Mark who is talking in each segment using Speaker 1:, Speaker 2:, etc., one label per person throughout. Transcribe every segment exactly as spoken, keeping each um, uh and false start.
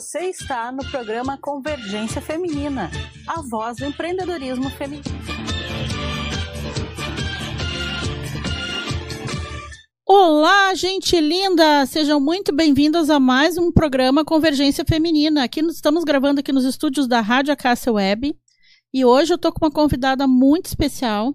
Speaker 1: Você está no programa Convergência Feminina, a voz do empreendedorismo feminino.
Speaker 2: Olá, gente linda! Sejam muito bem-vindas a mais um programa Convergência Feminina. Aqui nós estamos gravando aqui nos estúdios da Rádio Acácia Web. E hoje eu tô com uma convidada muito especial.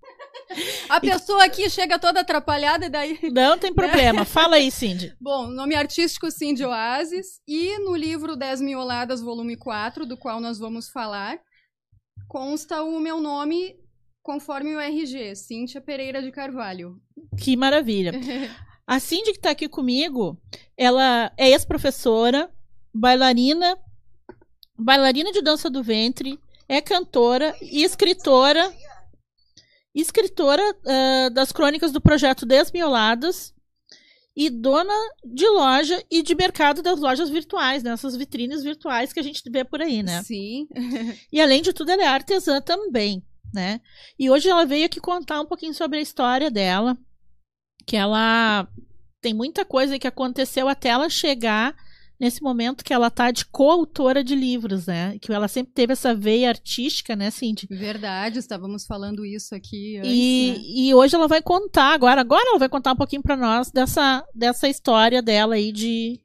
Speaker 3: A pessoa aqui chega toda atrapalhada e daí...
Speaker 2: Não tem problema. Fala aí, Cindy.
Speaker 3: Bom, nome artístico Cindy Oasis. E no livro dez Mioladas, volume quatro, do qual nós vamos falar, consta o meu nome conforme o R G, Cíntia Pereira de Carvalho.
Speaker 2: Que maravilha. A Cindy que tá aqui comigo, ela é ex-professora, bailarina, bailarina de dança do ventre, é cantora e escritora... escritora uh, das crônicas do projeto dez Mioladas e dona de loja e de mercado das lojas virtuais, nessas né? vitrines virtuais que a gente vê por aí, né?
Speaker 3: Sim.
Speaker 2: E além de tudo, ela é artesã também, né? E hoje ela veio aqui contar um pouquinho sobre a história dela, que ela tem muita coisa que aconteceu até ela chegar nesse momento que ela tá de coautora de livros, né? Que ela sempre teve essa veia artística, né, Cindy?
Speaker 3: Verdade, estávamos falando isso aqui antes,
Speaker 2: e,
Speaker 3: né?
Speaker 2: e hoje ela vai contar, agora, agora ela vai contar um pouquinho para nós dessa, dessa história dela aí de,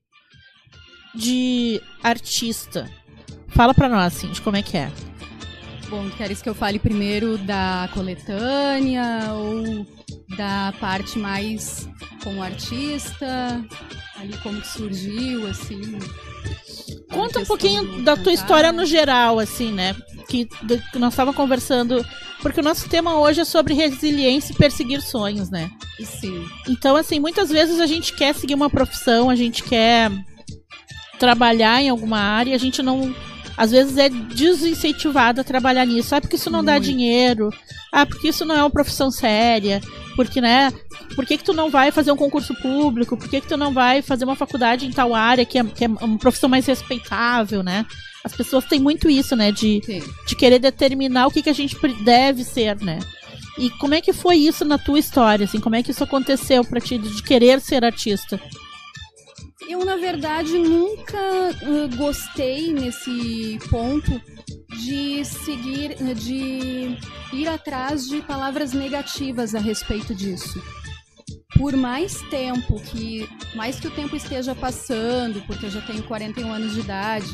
Speaker 2: de artista. Fala para nós, Cindy, como é que é?
Speaker 3: Bom, queres que eu fale primeiro da coletânea ou da parte mais como artista, ali como que surgiu, assim?
Speaker 2: Conta um pouquinho da tua história no geral, assim, né? Que, que nós estávamos conversando, porque o nosso tema hoje é sobre resiliência e perseguir sonhos, né?
Speaker 3: Sim.
Speaker 2: Então, assim, muitas vezes a gente quer seguir uma profissão, a gente quer trabalhar em alguma área, a gente não... Às vezes é desincentivado a trabalhar nisso. Ah, porque isso não Muito. dá dinheiro. Ah, porque isso não é uma profissão séria. Porque, né? Por que que tu não vai fazer um concurso público? Por que que tu não vai fazer uma faculdade em tal área que é, que é uma profissão mais respeitável, né? As pessoas têm muito isso, né? De, de querer determinar o que que a gente deve ser, né? E como é que foi isso na tua história, assim? Como é que isso aconteceu pra ti, de querer ser artista?
Speaker 3: Eu, na verdade, nunca uh, gostei nesse ponto de seguir, de ir atrás de palavras negativas a respeito disso. Por mais tempo que, mais que o tempo esteja passando, porque eu já tenho quarenta e um anos de idade,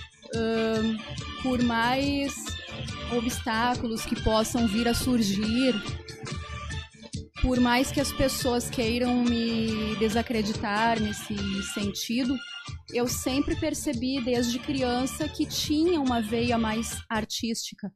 Speaker 3: uh, por mais obstáculos que possam vir a surgir, por mais que as pessoas queiram me desacreditar nesse sentido, eu sempre percebi desde criança que tinha uma veia mais artística.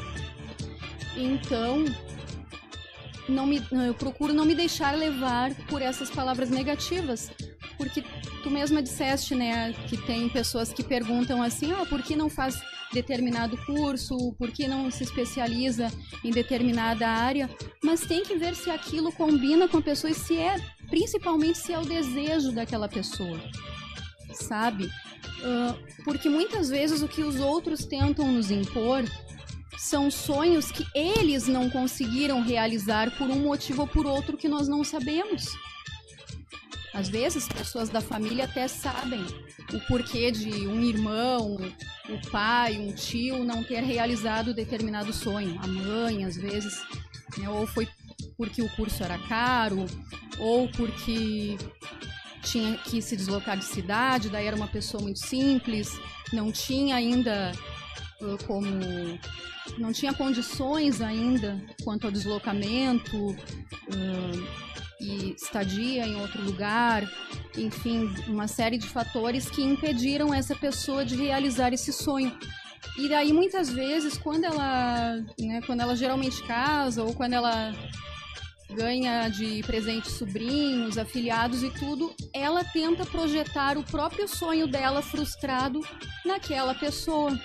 Speaker 3: Então, não me, eu procuro não me deixar levar por essas palavras negativas, porque tu mesma disseste, né, que tem pessoas que perguntam assim, ah, por que não faz determinado curso, por que não se especializa em determinada área, mas tem que ver se aquilo combina com a pessoa e se é, principalmente se é o desejo daquela pessoa, sabe? Uh, porque muitas vezes o que os outros tentam nos impor são sonhos que eles não conseguiram realizar por um motivo ou por outro que nós não sabemos. Às vezes, pessoas da família até sabem o porquê de um irmão, o pai, um tio não ter realizado determinado sonho. A mãe, às vezes, né, ou foi porque o curso era caro, ou porque tinha que se deslocar de cidade, daí era uma pessoa muito simples, não tinha ainda uh, como... não tinha condições ainda quanto ao deslocamento... Uh, e estadia em outro lugar, enfim, uma série de fatores que impediram essa pessoa de realizar esse sonho. E daí, muitas vezes, quando ela, né, quando ela geralmente casa ou quando ela ganha de presente sobrinhos, afilhados e tudo, ela tenta projetar o próprio sonho dela frustrado naquela pessoa.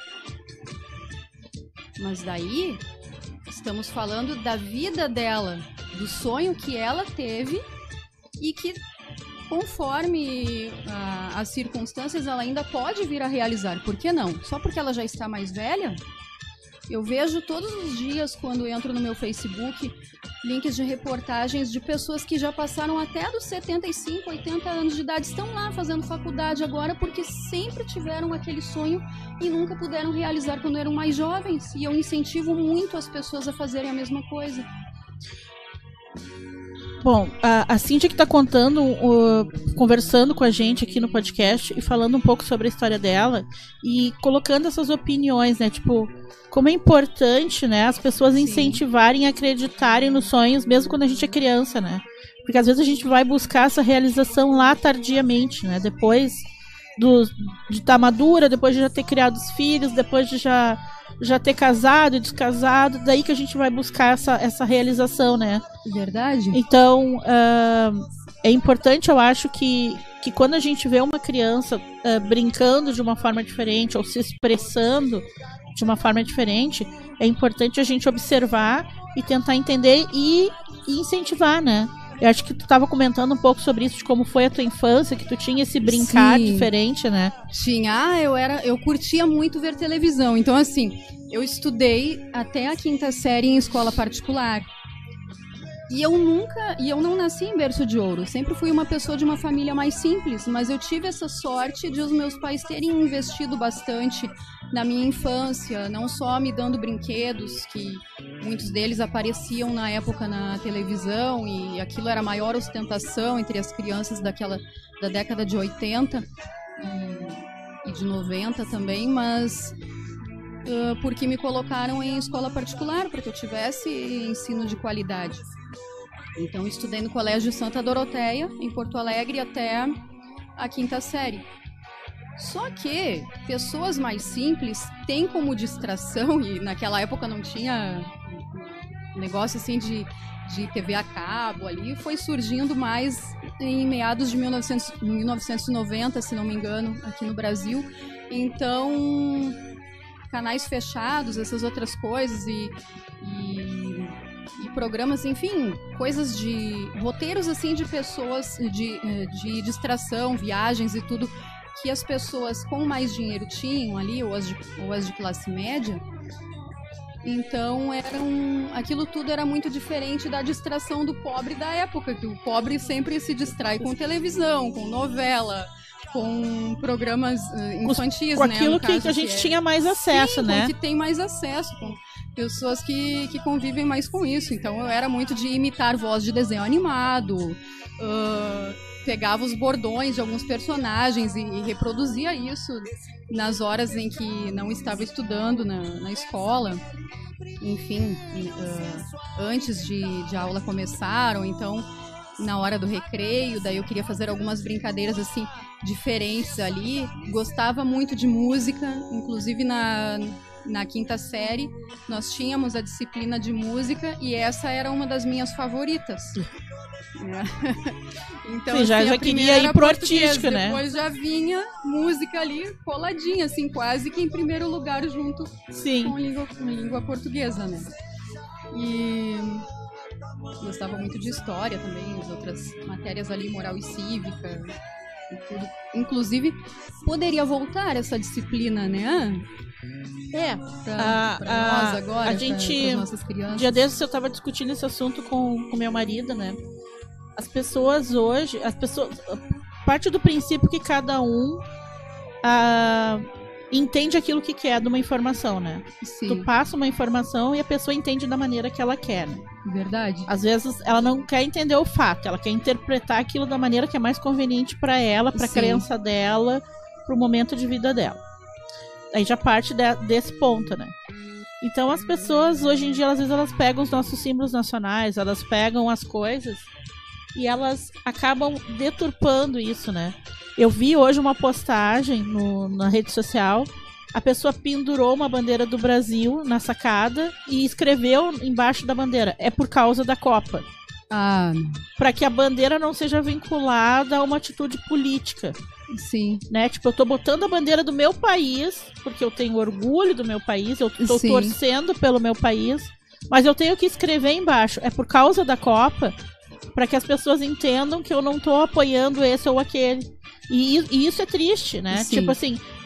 Speaker 3: Mas daí, estamos falando da vida dela, do sonho que ela teve e que, conforme ah, as circunstâncias, ela ainda pode vir a realizar. Por que não? Só porque ela já está mais velha? Eu vejo todos os dias, quando entro no meu Facebook, links de reportagens de pessoas que já passaram até dos setenta e cinco, oitenta anos de idade, estão lá fazendo faculdade agora porque sempre tiveram aquele sonho e nunca puderam realizar quando eram mais jovens. E eu incentivo muito as pessoas a fazerem a mesma coisa.
Speaker 2: Bom, a, a Cíntia que está contando, uh, conversando com a gente aqui no podcast e falando um pouco sobre a história dela e colocando essas opiniões, né? Tipo, como é importante, né, as pessoas
Speaker 3: Sim.
Speaker 2: incentivarem e acreditarem nos sonhos, mesmo quando a gente é criança, né? Porque às vezes a gente vai buscar essa realização lá tardiamente, né? Depois do, de estar tá madura, depois de já ter criado os filhos, depois de já, já ter casado e descasado, daí que a gente vai buscar essa, essa realização, né?
Speaker 3: Verdade?
Speaker 2: Então, uh, é importante, eu acho, que, que quando a gente vê uma criança uh, brincando de uma forma diferente ou se expressando de uma forma diferente, é importante a gente observar e tentar entender e, e incentivar, né? Eu acho que tu estava comentando um pouco sobre isso, de como foi a tua infância, que tu tinha esse brincar
Speaker 3: Sim.
Speaker 2: diferente, né?
Speaker 3: Tinha, ah, eu era, eu curtia muito ver televisão. Então, assim, eu estudei até a quinta série em escola particular. E eu nunca, e eu não nasci em berço de ouro. Sempre fui uma pessoa de uma família mais simples, mas eu tive essa sorte de os meus pais terem investido bastante na minha infância, não só me dando brinquedos, que muitos deles apareciam na época na televisão, e aquilo era a maior ostentação entre as crianças daquela, da década de oitenta e, e de noventa também, mas uh, porque me colocaram em escola particular, para que eu tivesse ensino de qualidade. Então, estudei no Colégio Santa Doroteia, em Porto Alegre, até a quinta série. Só que pessoas mais simples têm como distração, e naquela época não tinha negócio assim de, de T V a cabo ali, foi surgindo mais em meados de mil e novecentos e noventa, se não me engano, aqui no Brasil. Então, canais fechados, essas outras coisas e... e e programas, enfim, coisas de roteiros assim de pessoas, de, de distração, viagens e tudo, que as pessoas com mais dinheiro tinham ali, ou as de, ou as de classe média. Então, eram, aquilo tudo era muito diferente da distração do pobre da época, que o pobre sempre se distrai com televisão, com novela, com programas uh, infantis,
Speaker 2: com
Speaker 3: né?
Speaker 2: aquilo
Speaker 3: no caso,
Speaker 2: que a gente
Speaker 3: que é...
Speaker 2: tinha mais acesso,
Speaker 3: Sim,
Speaker 2: né?
Speaker 3: com que tem mais acesso, com pessoas que, que convivem mais com isso. Então eu era muito de imitar voz de desenho animado, uh, pegava os bordões de alguns personagens e, e reproduzia isso nas horas em que não estava estudando na, na escola. Enfim, uh, antes de, de a aula começar, ou então na hora do recreio, daí eu queria fazer algumas brincadeiras assim diferentes ali. Gostava muito de música, inclusive na, na quinta série nós tínhamos a disciplina de música e essa era uma das minhas favoritas. É. Então,
Speaker 2: Sim, já,
Speaker 3: assim,
Speaker 2: já queria ir pro artístico, né?
Speaker 3: Depois já vinha música ali coladinha, assim, quase que em primeiro lugar junto
Speaker 2: Sim.
Speaker 3: com língua, com língua portuguesa, né? E gostava muito de história também, as outras matérias ali, moral e cívica e tudo. Inclusive, poderia voltar essa disciplina, né?
Speaker 2: É,
Speaker 3: pra,
Speaker 2: a,
Speaker 3: pra
Speaker 2: a,
Speaker 3: nós agora,
Speaker 2: a gente,
Speaker 3: pra, pras nossas crianças.
Speaker 2: Dia desses eu tava discutindo esse assunto com o meu marido, né? As pessoas hoje, as pessoas, parte do princípio que cada um a, entende aquilo que quer de uma informação, né?
Speaker 3: Sim.
Speaker 2: Tu passa uma informação e a pessoa entende da maneira que ela quer, né?
Speaker 3: Verdade.
Speaker 2: Às vezes ela não quer entender o fato, ela quer interpretar aquilo da maneira que é mais conveniente para ela, para a crença dela, para o momento de vida dela. Aí já parte de, desse ponto, né? Então as pessoas, hoje em dia, às vezes elas pegam os nossos símbolos nacionais, elas pegam as coisas e elas acabam deturpando isso, né? Eu vi hoje uma postagem no, na rede social, a pessoa pendurou uma bandeira do Brasil na sacada e escreveu embaixo da bandeira, é por causa da Copa.
Speaker 3: Ah.
Speaker 2: Para que a bandeira não seja vinculada a uma atitude política.
Speaker 3: Sim.
Speaker 2: Né? Tipo, eu tô botando a bandeira do meu país, porque eu tenho orgulho do meu país, eu tô Sim. torcendo pelo meu país, mas eu tenho que escrever embaixo, é por causa da Copa, para que as pessoas entendam que eu não tô apoiando esse ou aquele. E, e isso é triste, né?
Speaker 3: Sim.
Speaker 2: Tipo assim,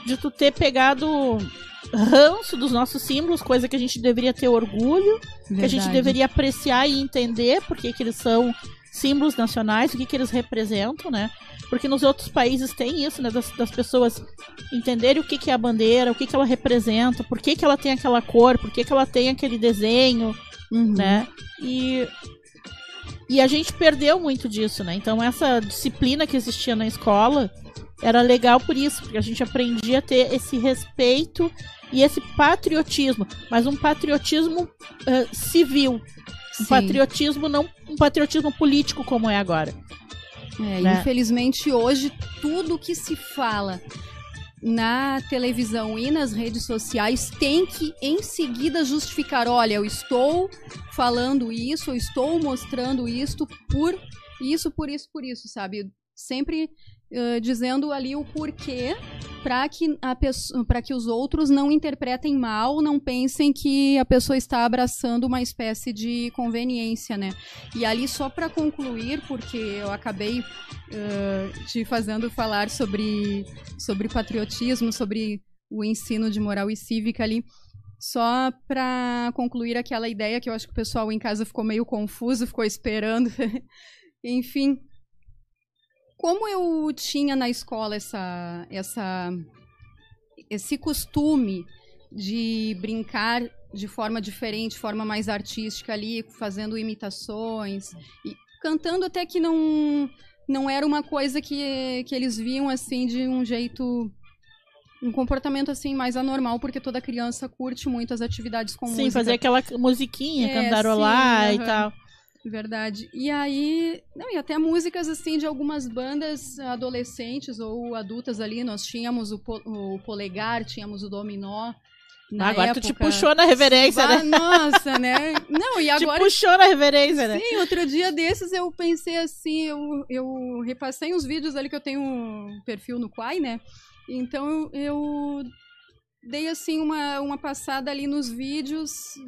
Speaker 2: de tu ter pegado ranço dos nossos símbolos, coisa que a gente deveria ter orgulho, Verdade. Que a gente deveria apreciar e entender porque que eles são símbolos nacionais, o que, que eles representam, né? Porque nos outros países tem isso, né? Das, das pessoas entenderem o que, que é a bandeira, o que, que ela representa, por que, que ela tem aquela cor, por que, que ela tem aquele desenho, uhum. né? E, e a gente perdeu muito disso, né? Então essa disciplina que existia na escola era legal por isso, porque a gente aprendia a ter esse respeito e esse patriotismo, mas um patriotismo uh, civil. Um Sim. patriotismo, não um patriotismo político como é agora.
Speaker 3: É, né? Infelizmente hoje tudo que se fala na televisão e nas redes sociais tem que em seguida justificar, olha, eu estou falando isso, eu estou mostrando isto por isso, por isso, por isso, sabe? Sempre uh, dizendo ali o porquê para que, a pessoa, para que os outros não interpretem mal, não pensem que a pessoa está abraçando uma espécie de conveniência, né? E ali, só para concluir, porque eu acabei uh, te fazendo falar sobre, sobre patriotismo, sobre o ensino de moral e cívica ali, só para concluir aquela ideia que eu acho que o pessoal em casa ficou meio confuso, ficou esperando. Enfim, como eu tinha na escola essa, essa, esse costume de brincar de forma diferente, de forma mais artística ali, fazendo imitações, e cantando até que não, não era uma coisa que, que eles viam assim de um jeito, um comportamento assim mais anormal, porque toda criança curte muito as atividades com
Speaker 2: sim,
Speaker 3: música.
Speaker 2: Sim, fazer aquela musiquinha,
Speaker 3: é,
Speaker 2: cantarolar
Speaker 3: sim,
Speaker 2: e
Speaker 3: uhum.
Speaker 2: tal.
Speaker 3: Verdade. E aí, não, e até músicas assim de algumas bandas adolescentes ou adultas ali, nós tínhamos o, po o Polegar, tínhamos o Dominó. Na
Speaker 2: agora
Speaker 3: época.
Speaker 2: Tu te puxou na reverência,
Speaker 3: bah,
Speaker 2: né?
Speaker 3: Nossa, né? Não, e agora...
Speaker 2: Te puxou na reverência, né?
Speaker 3: Sim, outro dia desses eu pensei assim, eu, eu repassei uns vídeos ali que eu tenho um perfil no Quai, né? Então eu, eu dei assim uma, uma passada ali nos vídeos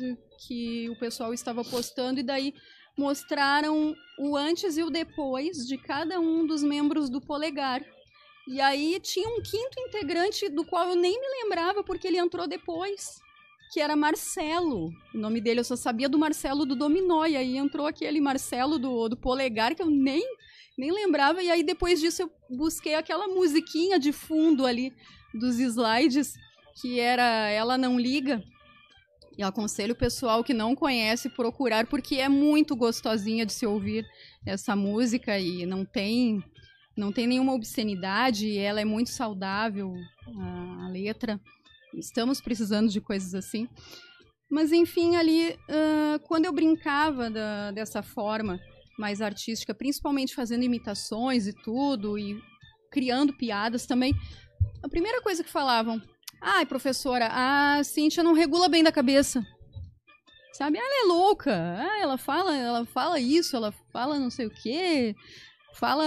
Speaker 3: que o pessoal estava postando e daí mostraram o antes e o depois de cada um dos membros do Polegar. E aí tinha um quinto integrante do qual eu nem me lembrava porque ele entrou depois, que era Marcelo. O nome dele eu só sabia do Marcelo do Dominó, e aí entrou aquele Marcelo do, do Polegar que eu nem, nem lembrava. E aí depois disso eu busquei aquela musiquinha de fundo ali dos slides, que era Ela Não Liga. E eu aconselho o pessoal que não conhece procurar, porque é muito gostosinha de se ouvir essa música e não tem, não tem nenhuma obscenidade, ela é muito saudável, a, a letra. Estamos precisando de coisas assim. Mas, enfim, ali, uh, quando eu brincava da, dessa forma mais artística, principalmente fazendo imitações e tudo, e criando piadas também, a primeira coisa que falavam... Ai, professora, a Cíntia não regula bem da cabeça. Sabe? Ela é louca. Ah, ela fala, ela fala isso, ela fala não sei o quê. Fala...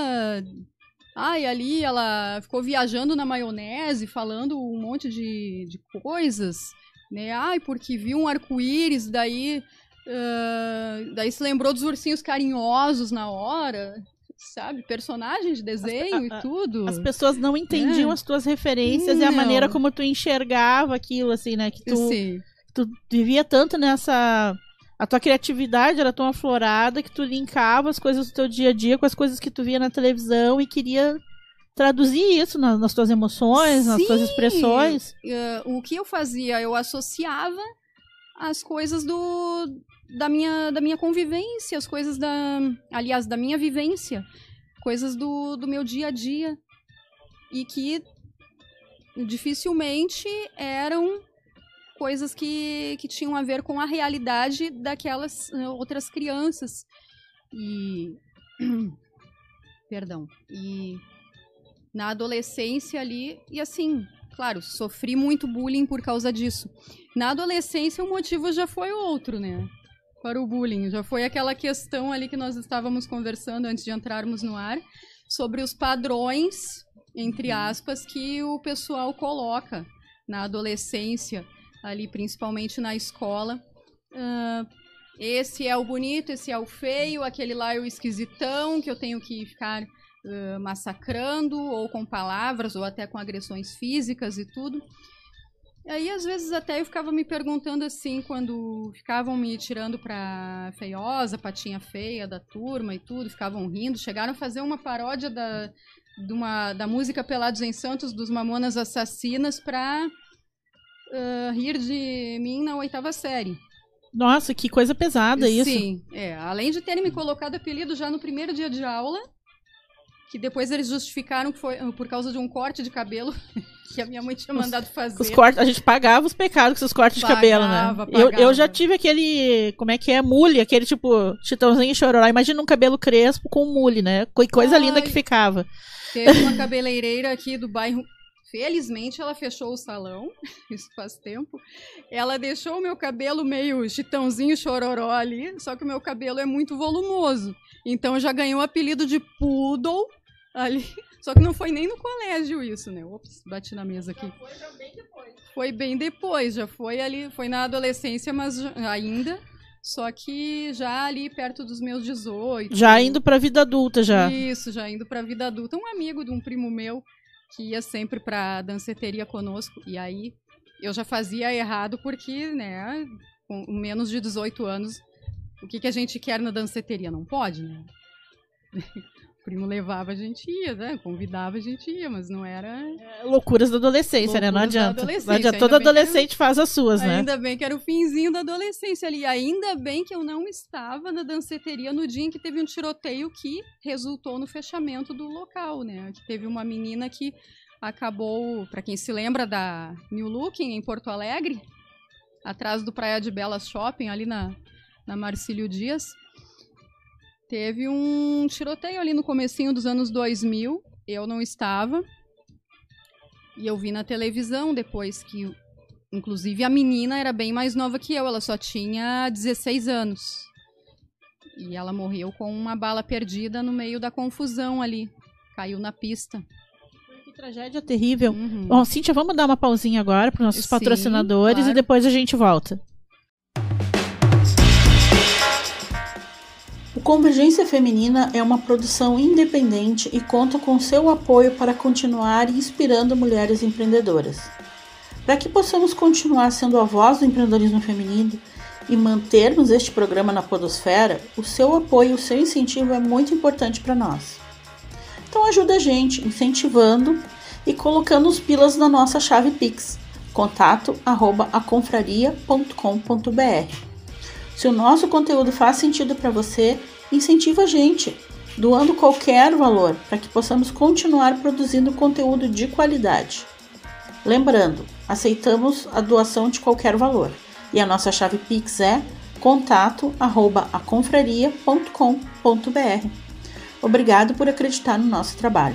Speaker 3: Ai, ali ela ficou viajando na maionese, falando um monte de, de coisas. Né? Ai, porque viu um arco-íris, daí... Uh, daí se lembrou dos ursinhos carinhosos na hora... Sabe, personagem de desenho as, e tudo.
Speaker 2: As pessoas não entendiam é. as tuas referências não. E a maneira como tu enxergava aquilo, assim, né? Que tu, Sim. tu vivia tanto nessa... A tua criatividade era tão aflorada que tu linkava as coisas do teu dia a dia com as coisas que tu via na televisão e queria traduzir isso na, nas tuas emoções, Sim. nas tuas expressões.
Speaker 3: Uh, o que eu fazia? Eu associava as coisas do... Da minha, da minha convivência, as coisas da... Aliás, da minha vivência. Coisas do, do meu dia a dia. E que dificilmente eram coisas que, que tinham a ver com a realidade daquelas uh, outras crianças. E... Perdão. E na adolescência ali... E assim... Claro, sofri muito bullying por causa disso. Na adolescência o motivo já foi outro, né? Para o bullying. Já foi aquela questão ali que nós estávamos conversando antes de entrarmos no ar, sobre os padrões, entre aspas, que o pessoal coloca na adolescência, ali principalmente na escola. Uh, esse é o bonito, esse é o feio, aquele lá é o esquisitão, que eu tenho que ficar uh, massacrando, ou com palavras, ou até com agressões físicas e tudo. E aí, às vezes, até eu ficava me perguntando assim, quando ficavam me tirando pra feiosa, patinha feia da turma e tudo, ficavam rindo, chegaram a fazer uma paródia da, de uma, da música Pelados em Santos, dos Mamonas Assassinas, pra uh, rir de mim na oitava série.
Speaker 2: Nossa, que coisa pesada isso.
Speaker 3: Sim, é. Além de terem me colocado apelido já no primeiro dia de aula, que depois eles justificaram que foi por causa de um corte de cabelo que a minha mãe tinha mandado fazer.
Speaker 2: Os cortes, a gente pagava os pecados com esses cortes
Speaker 3: pagava,
Speaker 2: de cabelo, né?
Speaker 3: Pagava.
Speaker 2: Eu, eu já tive aquele, como é que é, mule, aquele tipo, Chitãozinho e Chororó. Imagina um cabelo crespo com mule, né? Coisa Ai, linda que ficava.
Speaker 3: Teve uma cabeleireira aqui do bairro. Felizmente ela fechou o salão, isso faz tempo. Ela deixou o meu cabelo meio Chitãozinho Chororó ali, só que o meu cabelo é muito volumoso. Então já ganhou o apelido de Poodle ali. Só que não foi nem no colégio isso, né? Ops, bati na mesa aqui.
Speaker 2: Foi já bem depois.
Speaker 3: Foi bem depois, já foi ali, foi na adolescência, mas ainda. Só que já ali perto dos meus dezoito.
Speaker 2: Já indo pra vida adulta, já.
Speaker 3: Isso, já indo pra vida adulta. Um amigo de um primo meu que ia sempre pra danceteria conosco. E aí eu já fazia errado porque, né, com menos de dezoito anos, o que, que a gente quer na danceteria? Não pode, né? O primo levava, a gente ia, né? Convidava, a gente ia, mas não era...
Speaker 2: É, loucuras da adolescência, loucuras, né? Não adianta. Não adianta. Todo adolescente faz as suas,
Speaker 3: ainda
Speaker 2: né?
Speaker 3: Ainda bem que era o finzinho da adolescência ali. Ainda bem que eu não estava na danceteria no dia em que teve um tiroteio que resultou no fechamento do local, né? Que teve uma menina que acabou, para quem se lembra da New Looking, em Porto Alegre, atrás do Praia de Belas Shopping, ali na, na Marcílio Dias. Teve um tiroteio ali no comecinho dos anos dois mil, eu não estava, e eu vi na televisão depois que, inclusive, a menina era bem mais nova que eu, ela só tinha dezesseis anos. E ela morreu com uma bala perdida no meio da confusão ali, caiu na pista.
Speaker 2: Que tragédia terrível.
Speaker 3: Uhum.
Speaker 2: Bom, Cíntia, vamos dar uma pausinha agora para os nossos
Speaker 3: Sim,
Speaker 2: patrocinadores, claro. E depois a gente volta. O Convergência Feminina é uma produção independente e conta com seu apoio para continuar inspirando mulheres empreendedoras. Para que possamos continuar sendo a voz do empreendedorismo feminino e mantermos este programa na podosfera, o seu apoio e o seu incentivo é muito importante para nós. Então ajuda a gente incentivando e colocando os pilas na nossa chave Pix, contato arroba aconfraria ponto com ponto br. Se o nosso conteúdo faz sentido para você, incentiva a gente, doando qualquer valor, para que possamos continuar produzindo conteúdo de qualidade. Lembrando, aceitamos a doação de qualquer valor, e a nossa chave Pix é contato arroba aconfraria ponto com ponto br. Obrigado por acreditar no nosso trabalho.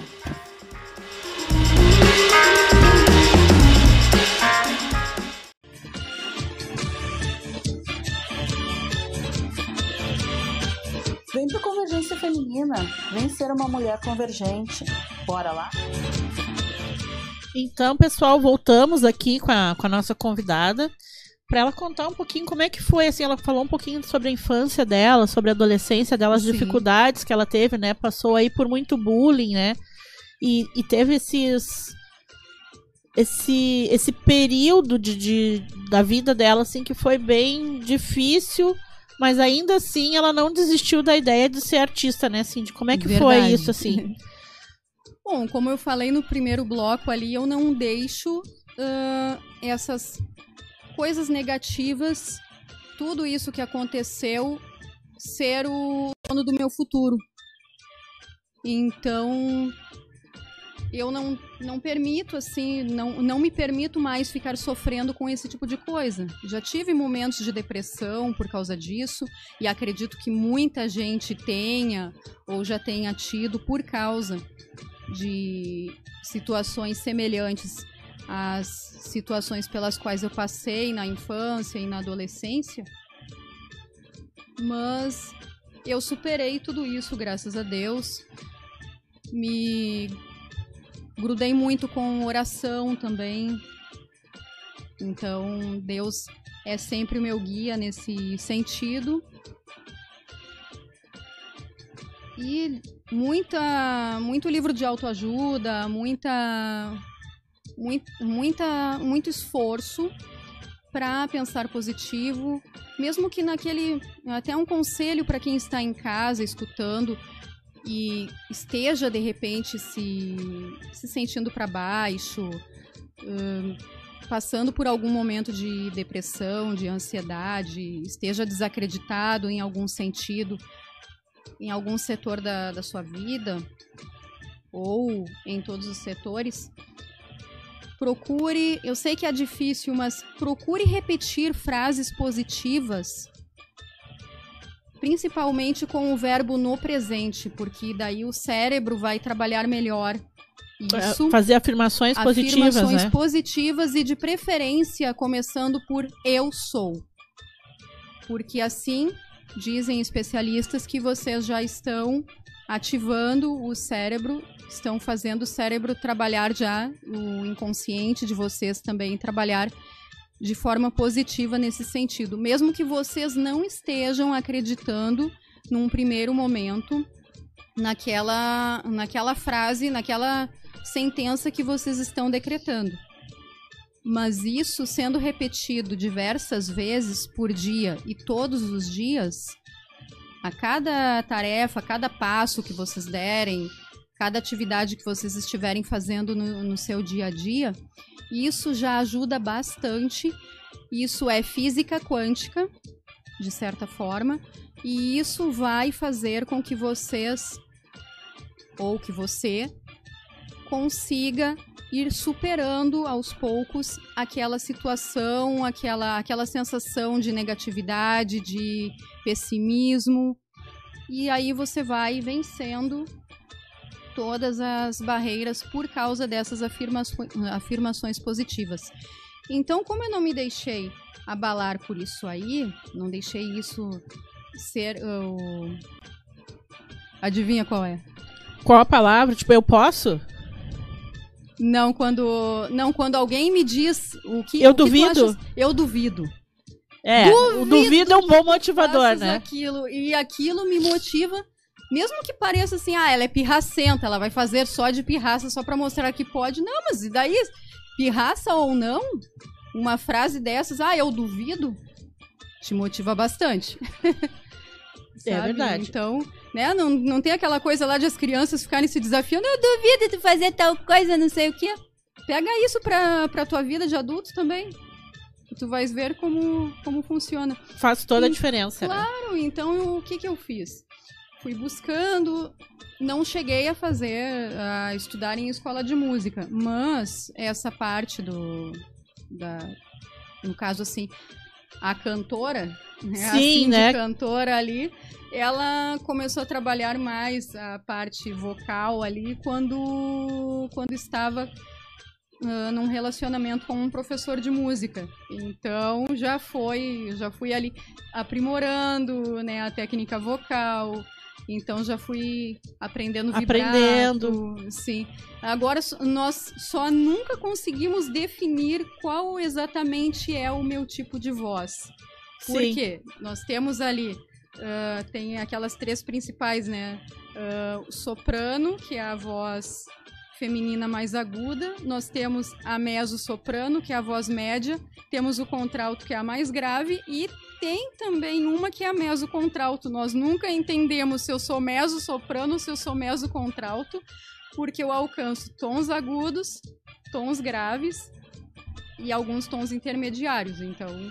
Speaker 2: Vem pra Convergência Feminina, vem ser uma mulher convergente. Bora lá? Então, pessoal, voltamos aqui com a, com a nossa convidada para ela contar um pouquinho como é que foi, assim, ela falou um pouquinho sobre a infância dela, sobre a adolescência dela, as Sim. dificuldades que ela teve, né? Passou aí por muito bullying, né? E, e teve esses... Esse, esse período de, de, da vida dela, assim, que foi bem difícil, mas ainda assim ela não desistiu da ideia de ser artista, né, Cindy? Como é que Verdade. Foi isso, assim?
Speaker 3: Bom, como eu falei no primeiro bloco ali, eu não deixo uh, essas coisas negativas, tudo isso que aconteceu, ser o dono do meu futuro. Então, eu não, não permito, assim, não, não me permito mais ficar sofrendo com esse tipo de coisa. Já tive momentos de depressão por causa disso, e acredito que muita gente tenha, ou já tenha tido, por causa de situações semelhantes às situações pelas quais eu passei na infância e na adolescência. Mas eu superei tudo isso, graças a Deus. Me grudei muito com oração também. Então, Deus é sempre o meu guia nesse sentido. E muita, muito livro de autoajuda, muita, muito, muita, muito esforço para pensar positivo, mesmo que naquele, até um conselho para quem está em casa escutando e esteja de repente se, se sentindo para baixo, hum, passando por algum momento de depressão, de ansiedade, esteja desacreditado em algum sentido, em algum setor da, da sua vida, ou em todos os setores, procure, eu sei que é difícil, mas procure repetir frases positivas, principalmente com o verbo no presente, porque daí o cérebro vai trabalhar melhor. Isso,
Speaker 2: fazer afirmações,
Speaker 3: afirmações
Speaker 2: positivas,
Speaker 3: Afirmações
Speaker 2: né?
Speaker 3: positivas e de preferência começando por eu sou. Porque assim, dizem especialistas que vocês já estão ativando o cérebro, estão fazendo o cérebro trabalhar já, o inconsciente de vocês também trabalhar de forma positiva nesse sentido. Mesmo que vocês não estejam acreditando num primeiro momento naquela, naquela frase, naquela sentença que vocês estão decretando. Mas isso sendo repetido diversas vezes por dia e todos os dias, a cada tarefa, a cada passo que vocês derem, cada atividade que vocês estiverem fazendo no, no seu dia a dia, isso já ajuda bastante. Isso é física quântica, de certa forma, e isso vai fazer com que vocês, ou que você, consiga ir superando aos poucos aquela situação, aquela, aquela sensação de negatividade, de pessimismo, e aí você vai vencendo todas as barreiras por causa dessas afirmações, afirmações positivas. Então, como eu não me deixei abalar por isso aí, não deixei isso ser... Uh... Adivinha qual é?
Speaker 2: Qual a palavra? Tipo, eu posso?
Speaker 3: Não, quando, não, quando alguém me diz o que...
Speaker 2: Eu
Speaker 3: o que
Speaker 2: duvido?
Speaker 3: achas, eu duvido.
Speaker 2: É,
Speaker 3: duvido
Speaker 2: o duvido é um bom motivador, né?
Speaker 3: Aquilo, e aquilo me motiva, mesmo que pareça assim, ah, ela é pirracenta, ela vai fazer só de pirraça, só pra mostrar que pode. Não, mas e daí, pirraça ou não, uma frase dessas, ah, eu duvido, te motiva bastante.
Speaker 2: É verdade.
Speaker 3: Então, né, não, não tem aquela coisa lá de as crianças ficarem se desafiando, eu duvido de fazer tal coisa, não sei o quê. Pega isso pra, pra tua vida de adulto também. Tu vais ver como, como funciona.
Speaker 2: Faz toda
Speaker 3: e,
Speaker 2: a diferença,
Speaker 3: claro,
Speaker 2: né?
Speaker 3: Então eu, o que que eu fiz? Fui buscando, não cheguei a fazer, a estudar em escola de música, mas essa parte do, da, no caso assim, a cantora, né,
Speaker 2: Sim,
Speaker 3: assim,
Speaker 2: né?
Speaker 3: de cantora ali, ela começou a trabalhar mais a parte vocal ali quando, quando estava uh, num relacionamento com um professor de música. Então já foi, já fui ali aprimorando, né, a técnica vocal. Então já fui aprendendo vibrato.
Speaker 2: Aprendendo.
Speaker 3: Sim. Agora nós só nunca conseguimos definir qual exatamente é o meu tipo de voz. Por
Speaker 2: Sim.
Speaker 3: quê? Nós temos ali, uh, tem aquelas três principais, né? Uh, o soprano, que é a voz feminina mais aguda. Nós temos a mezzo-soprano, que é a voz média. Temos o contralto, que é a mais grave. E tem também uma que é a mezzo-contralto. Nós nunca entendemos se eu sou mezzo-soprano ou se eu sou mezzo-contralto, porque eu alcanço tons agudos, tons graves e alguns tons intermediários. Então,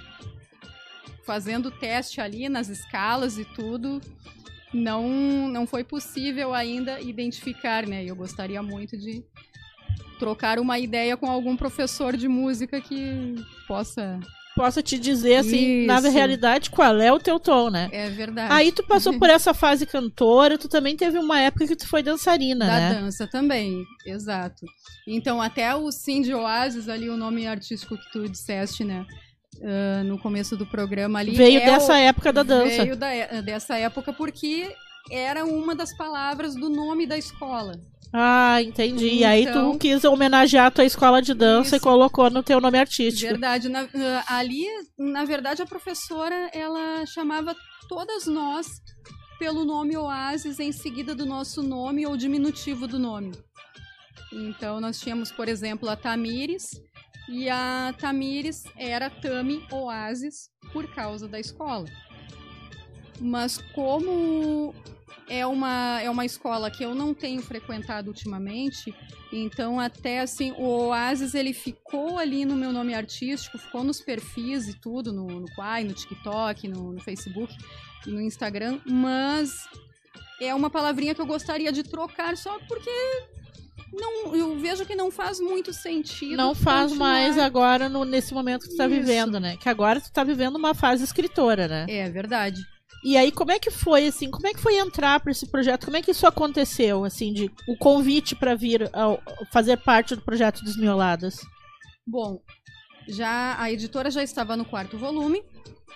Speaker 3: fazendo teste ali nas escalas e tudo, não, não foi possível ainda identificar, né? Eu gostaria muito de trocar uma ideia com algum professor de música que possa...
Speaker 2: Possa te dizer, assim,
Speaker 3: Isso.
Speaker 2: na realidade, qual é o teu tom, né?
Speaker 3: É verdade.
Speaker 2: Aí tu passou por essa fase cantora, tu também teve uma época que tu foi dançarina,
Speaker 3: da
Speaker 2: né?
Speaker 3: Da dança também, exato. Então, até o Cindy Oasis ali, o nome artístico que tu disseste, né? Uh, no começo do programa ali.
Speaker 2: Veio
Speaker 3: é
Speaker 2: dessa
Speaker 3: o...
Speaker 2: época da dança.
Speaker 3: Veio da... dessa época porque era uma das palavras do nome da escola.
Speaker 2: Ah, entendi. E aí
Speaker 3: Então,
Speaker 2: tu quis homenagear a tua escola de dança
Speaker 3: isso.
Speaker 2: e colocou no teu nome artístico.
Speaker 3: Verdade. Na, uh, ali, na verdade, a professora, ela chamava todas nós pelo nome Oásis em seguida do nosso nome ou diminutivo do nome. Então, nós tínhamos, por exemplo, a Tamires, e a Tamires era Tami Oásis por causa da escola. Mas como é uma, é uma escola que eu não tenho frequentado ultimamente, então até assim, o Oásis ele ficou ali no meu nome artístico, ficou nos perfis e tudo, no, no Quai, no TikTok, no, no Facebook e no Instagram, mas é uma palavrinha que eu gostaria de trocar só porque não, eu vejo que não faz muito sentido.
Speaker 2: Não faz
Speaker 3: continuar.
Speaker 2: mais agora no, nesse momento que tu tá
Speaker 3: Isso.
Speaker 2: vivendo, né? Que agora tu tá vivendo uma fase escritora, né?
Speaker 3: É verdade.
Speaker 2: E aí, como é que foi, assim, como é que foi entrar para esse projeto? Como é que isso aconteceu, assim, de o convite para vir ao, fazer parte do projeto Desmioladas?
Speaker 3: Bom, já a editora já estava no quarto volume.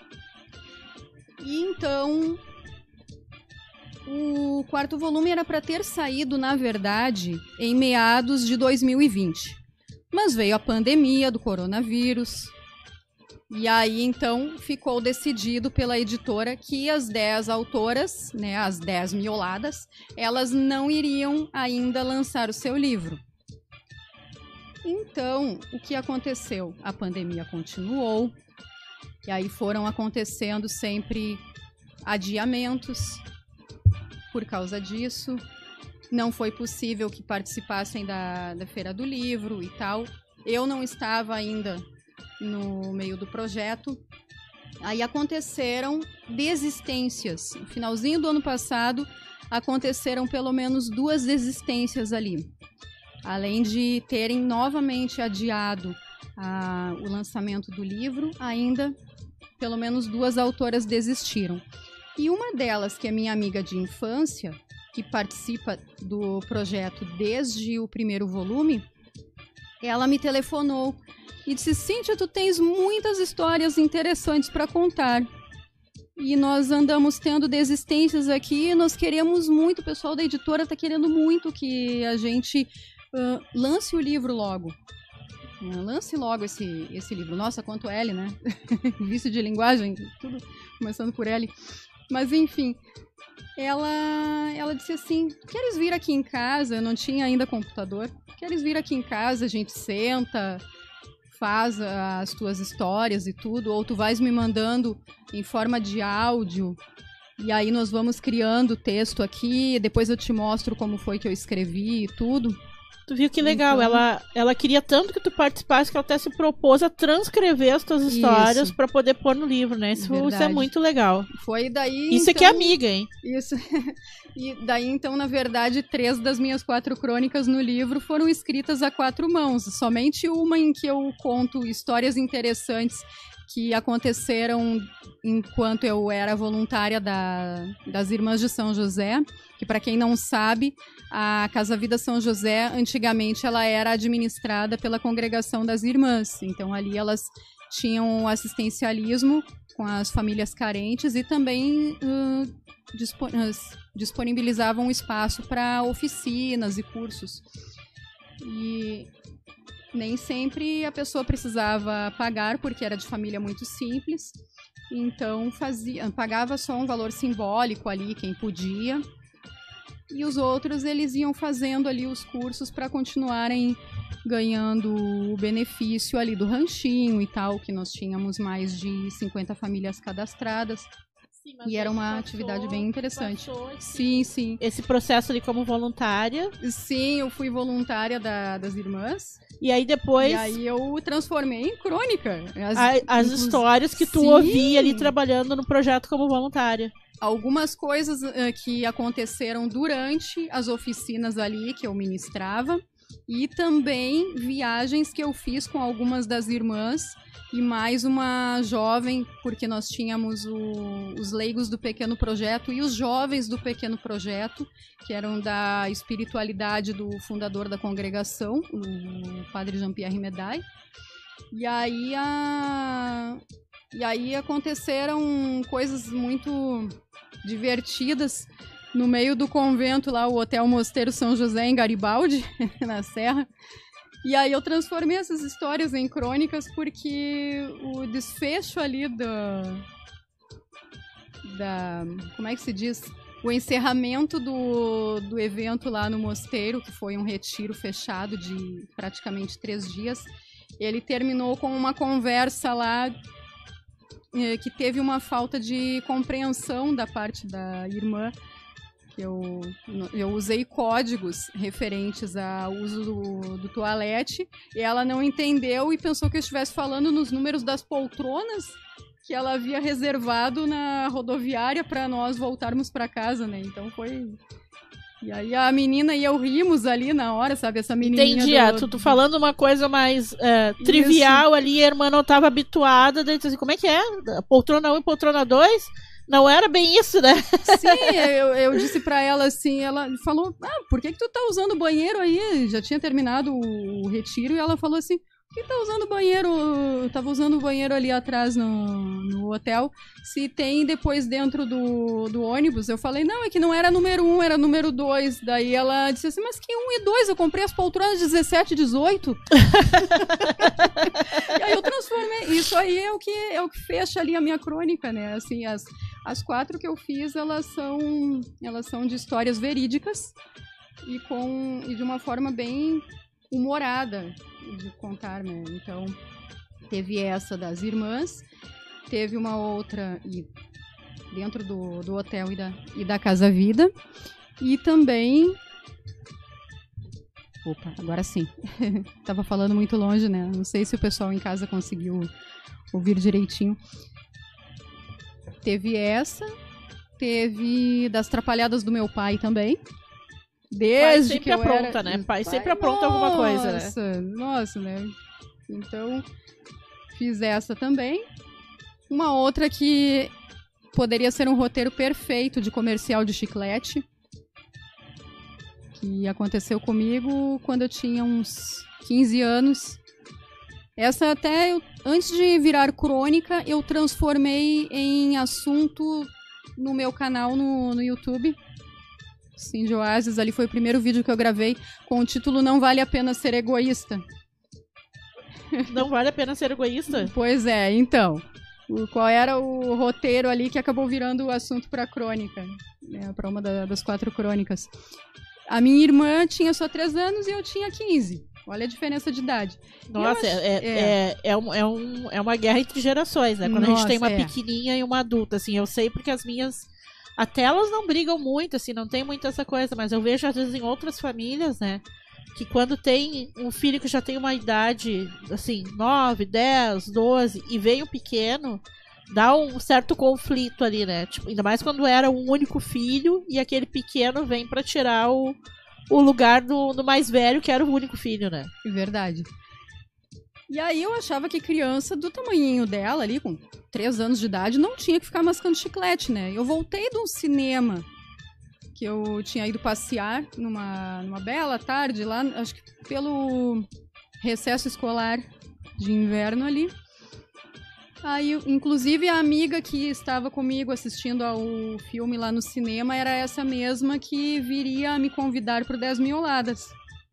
Speaker 3: E então o quarto volume era para ter saído, na verdade, em meados de dois mil e vinte. Mas veio a pandemia do coronavírus. E aí, então, ficou decidido pela editora que as dez autoras, né, as dez mioladas, elas não iriam ainda lançar o seu livro. Então, o que aconteceu? A pandemia continuou, e aí foram acontecendo sempre adiamentos por causa disso. Não foi possível que participassem da, da Feira do Livro e tal. Eu não estava ainda no meio do projeto. Aí aconteceram desistências. No finalzinho do ano passado, aconteceram pelo menos duas desistências ali. Além de terem novamente adiado a, o lançamento do livro, ainda pelo menos duas autoras desistiram. E uma delas, que é minha amiga de infância, que participa do projeto desde o primeiro volume, ela me telefonou e disse: Cíntia, tu tens muitas histórias interessantes para contar. E nós andamos tendo desistências aqui, nós queremos muito, o pessoal da editora está querendo muito que a gente uh, lance o livro logo. Uh, lance logo esse, esse livro. Nossa, quanto L, né? Vício de linguagem, tudo começando por L. Mas, enfim, ela, ela disse assim: queres vir aqui em casa? Eu não tinha ainda computador. Queres vir aqui em casa, a gente senta, faz as tuas histórias e tudo, ou tu vais me mandando em forma de áudio, e aí nós vamos criando o texto aqui, depois eu te mostro como foi que eu escrevi e tudo.
Speaker 2: Tu viu que legal,
Speaker 3: Então,
Speaker 2: ela, ela queria tanto que tu participasse que ela até se propôs a transcrever as tuas histórias para poder pôr no livro, né? Isso, isso é muito legal.
Speaker 3: Foi daí,
Speaker 2: Isso
Speaker 3: então,
Speaker 2: aqui é amiga, hein?
Speaker 3: Isso. E daí, então, na verdade, três das minhas quatro crônicas no livro foram escritas a quatro mãos. Somente uma em que eu conto histórias interessantes que aconteceram enquanto eu era voluntária da, das Irmãs de São José, que, para quem não sabe, a Casa Vida São José, antigamente, ela era administrada pela Congregação das Irmãs. Então, ali elas tinham assistencialismo com as famílias carentes e também uh, dispo disponibilizavam espaço para oficinas e cursos. E nem sempre a pessoa precisava pagar, porque era de família muito simples. Então, fazia, pagava só um valor simbólico ali, quem podia. E os outros, eles iam fazendo ali os cursos para continuarem ganhando o benefício ali do ranchinho e tal, que nós tínhamos mais de cinquenta famílias cadastradas. Sim, e era uma passou, atividade bem interessante. Esse, sim, sim.
Speaker 2: Esse processo ali como voluntária.
Speaker 3: Sim, eu fui voluntária da, das irmãs.
Speaker 2: E aí depois...
Speaker 3: E aí eu transformei em crônica.
Speaker 2: As, a, as histórias que tu sim. ouvia ali trabalhando no projeto como voluntária.
Speaker 3: Algumas coisas uh, que aconteceram durante as oficinas ali que eu ministrava. E também viagens que eu fiz com algumas das irmãs e mais uma jovem, porque nós tínhamos o, os leigos do Pequeno Projeto e os jovens do Pequeno Projeto, que eram da espiritualidade do fundador da congregação, o padre Jean-Pierre Medaille. E aí, a... e aí aconteceram coisas muito divertidas. No meio do convento lá, o Hotel Mosteiro São José, em Garibaldi, na Serra. E aí eu transformei essas histórias em crônicas porque o desfecho ali da... da como é que se diz? o encerramento do, do evento lá no mosteiro, que foi um retiro fechado de praticamente três dias, ele terminou com uma conversa lá eh, que teve uma falta de compreensão da parte da irmã. Eu, eu usei códigos referentes ao uso do, do toalete e ela não entendeu e pensou que eu estivesse falando nos números das poltronas que ela havia reservado na rodoviária para nós voltarmos para casa, né? Então foi... E aí a menina e eu rimos ali na hora, sabe? Essa menininha...
Speaker 2: Entendi,
Speaker 3: do...
Speaker 2: ah, tu, tu falando uma coisa mais é, trivial ali, a irmã não estava habituada, daí tu assim, como é que é? Poltrona um e poltrona dois? Não era bem isso, né?
Speaker 3: Sim, eu, eu disse pra ela assim, ela falou, ah, por que que tu tá usando o banheiro aí? Já tinha terminado o retiro e ela falou assim, por que tá usando o banheiro? Eu tava usando o banheiro ali atrás no, no hotel. Se tem depois dentro do, do ônibus, eu falei, não, é que não era número um, era número dois. Daí ela disse assim, mas que um e dois? Eu comprei as poltronas dezessete e dezoito. E aí eu transformei. Isso aí é o que, é o que fecha ali a minha crônica, né? Assim, as, as quatro que eu fiz, elas são, elas são de histórias verídicas e, com, e de uma forma bem humorada de contar, né? Então, teve essa das irmãs, teve uma outra e dentro do, do hotel e da, e da Casa Vida, e também... Opa, agora sim. Tava falando muito longe, né? Não sei se o pessoal em casa conseguiu ouvir direitinho. Teve essa, teve das Trapalhadas do meu pai também. Desde
Speaker 2: pai sempre
Speaker 3: que eu
Speaker 2: apronta,
Speaker 3: era...
Speaker 2: né? Pai, pai sempre
Speaker 3: pai,
Speaker 2: apronta
Speaker 3: nossa,
Speaker 2: alguma coisa, né?
Speaker 3: Nossa, nossa, né? Então, fiz essa também. Uma outra que poderia ser um roteiro perfeito de comercial de chiclete. Que aconteceu comigo quando eu tinha uns quinze anos. Essa até, eu, antes de virar crônica, eu transformei em assunto no meu canal no, no YouTube. Cindy Oasis, ali foi o primeiro vídeo que eu gravei com o título Não Vale a Pena Ser Egoísta.
Speaker 2: Não vale a pena ser egoísta?
Speaker 3: Pois é, então. O, qual era o roteiro ali que acabou virando o assunto para a crônica, né, para uma da, das quatro crônicas. A minha irmã tinha só três anos e eu tinha quinze. Olha a diferença de idade.
Speaker 2: Nossa,
Speaker 3: acho,
Speaker 2: é, é, é, é, um, é, um, é uma guerra entre gerações, né? Quando Nossa, a gente tem uma é. pequenininha e uma adulta, assim, eu sei porque as minhas... Até elas não brigam muito, assim, não tem muito essa coisa, mas eu vejo às vezes em outras famílias, né, que quando tem um filho que já tem uma idade, assim, nove, dez, doze, e vem o pequeno, dá um certo conflito ali, né, tipo, ainda mais quando era um único filho e aquele pequeno vem pra tirar o, o lugar do, do mais velho, que era o único filho, né.
Speaker 3: Verdade. E aí eu achava que criança do tamanhinho dela ali, com três anos de idade, não tinha que ficar mascando chiclete, né? Eu voltei de um cinema que eu tinha ido passear numa, numa bela tarde lá, acho que pelo recesso escolar de inverno ali. Aí, inclusive, a amiga que estava comigo assistindo ao filme lá no cinema era essa mesma que viria a me convidar para o dez Mioladas.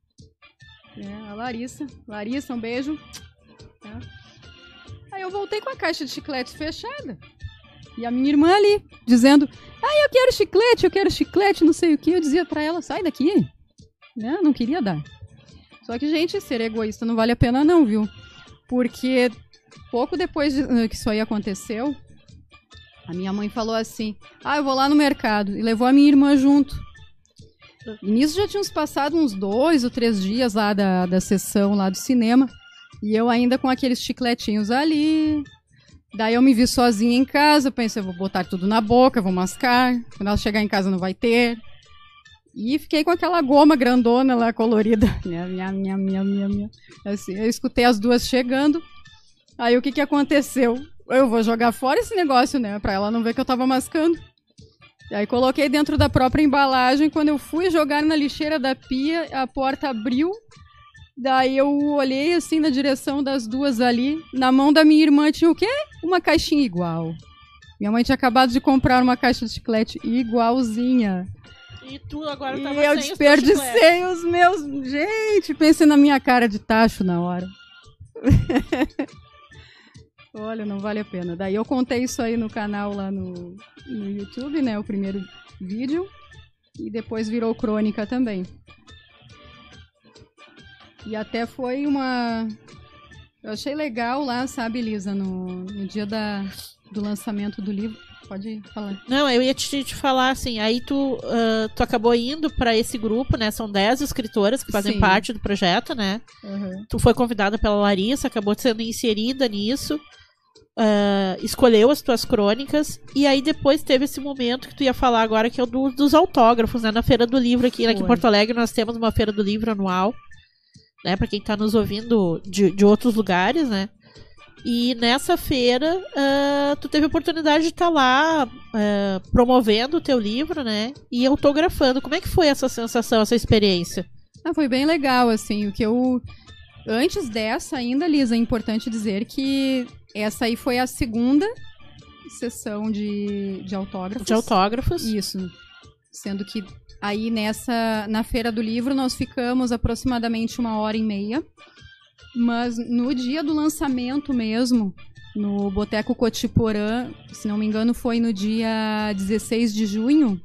Speaker 3: É, a Larissa. Larissa, um beijo. É. Aí eu voltei com a caixa de chicletes fechada. E a minha irmã ali, dizendo, ah, eu quero chiclete, eu quero chiclete, não sei o que. Eu dizia pra ela, sai daqui. Né? Não queria dar. Só que, gente, ser egoísta não vale a pena não, viu? Porque pouco depois de, que isso aí aconteceu, a minha mãe falou assim, ah, eu vou lá no mercado. E levou a minha irmã junto. E nisso já tínhamos passado uns dois ou três dias lá da, da sessão lá do cinema. E eu ainda com aqueles chicletinhos ali. Daí eu me vi sozinha em casa. Pensei, eu vou botar tudo na boca, vou mascar. Quando ela chegar em casa não vai ter. E fiquei com aquela goma grandona lá, colorida. Minha, minha, minha, minha, minha, minha. Assim, eu escutei as duas chegando. Aí o que que aconteceu? Eu vou jogar fora esse negócio, né? Pra ela não ver que eu tava mascando. E aí coloquei dentro da própria embalagem. Quando eu fui jogar na lixeira da pia, a porta abriu. Daí eu olhei assim na direção das duas ali. Na mão da minha irmã tinha o quê? Uma caixinha igual. Minha mãe tinha acabado de comprar uma caixa de chiclete igualzinha.
Speaker 2: E tu agora tava
Speaker 3: E eu
Speaker 2: sem
Speaker 3: desperdicei os, os meus... Gente, pensei na minha cara de tacho na hora. Olha, não vale a pena. Daí eu contei isso aí no canal lá no, no YouTube, né? O primeiro vídeo. E depois virou crônica também. E até foi uma... Eu achei legal lá, sabe, Lisa, no, no dia da, do lançamento do livro. Pode falar.
Speaker 2: Não, eu ia te, te falar assim, aí tu, uh, tu acabou indo pra esse grupo, né? São dez escritoras que fazem Sim. parte do projeto, né?
Speaker 3: Uhum.
Speaker 2: Tu foi convidada pela Larissa, acabou sendo inserida nisso, uh, escolheu as tuas crônicas, e aí depois teve esse momento que tu ia falar agora, que é o do, dos autógrafos, né? Na Feira do Livro aqui, aqui em Porto Alegre, nós temos uma Feira do Livro anual, né? Pra quem tá nos ouvindo de, de outros lugares, né? E nessa feira, uh, tu teve a oportunidade de estar tá lá uh, promovendo o teu livro, né? E autografando. Como é que foi essa sensação, essa experiência?
Speaker 3: Ah, foi bem legal, assim. O que eu... Antes dessa ainda, Lisa, é importante dizer que essa aí foi a segunda sessão de, de autógrafos.
Speaker 2: De autógrafos.
Speaker 3: Isso. Sendo que aí nessa... Na Feira do Livro nós ficamos aproximadamente uma hora e meia. Mas no dia do lançamento mesmo, no Boteco Cotiporã, se não me engano foi no dia dezesseis de junho.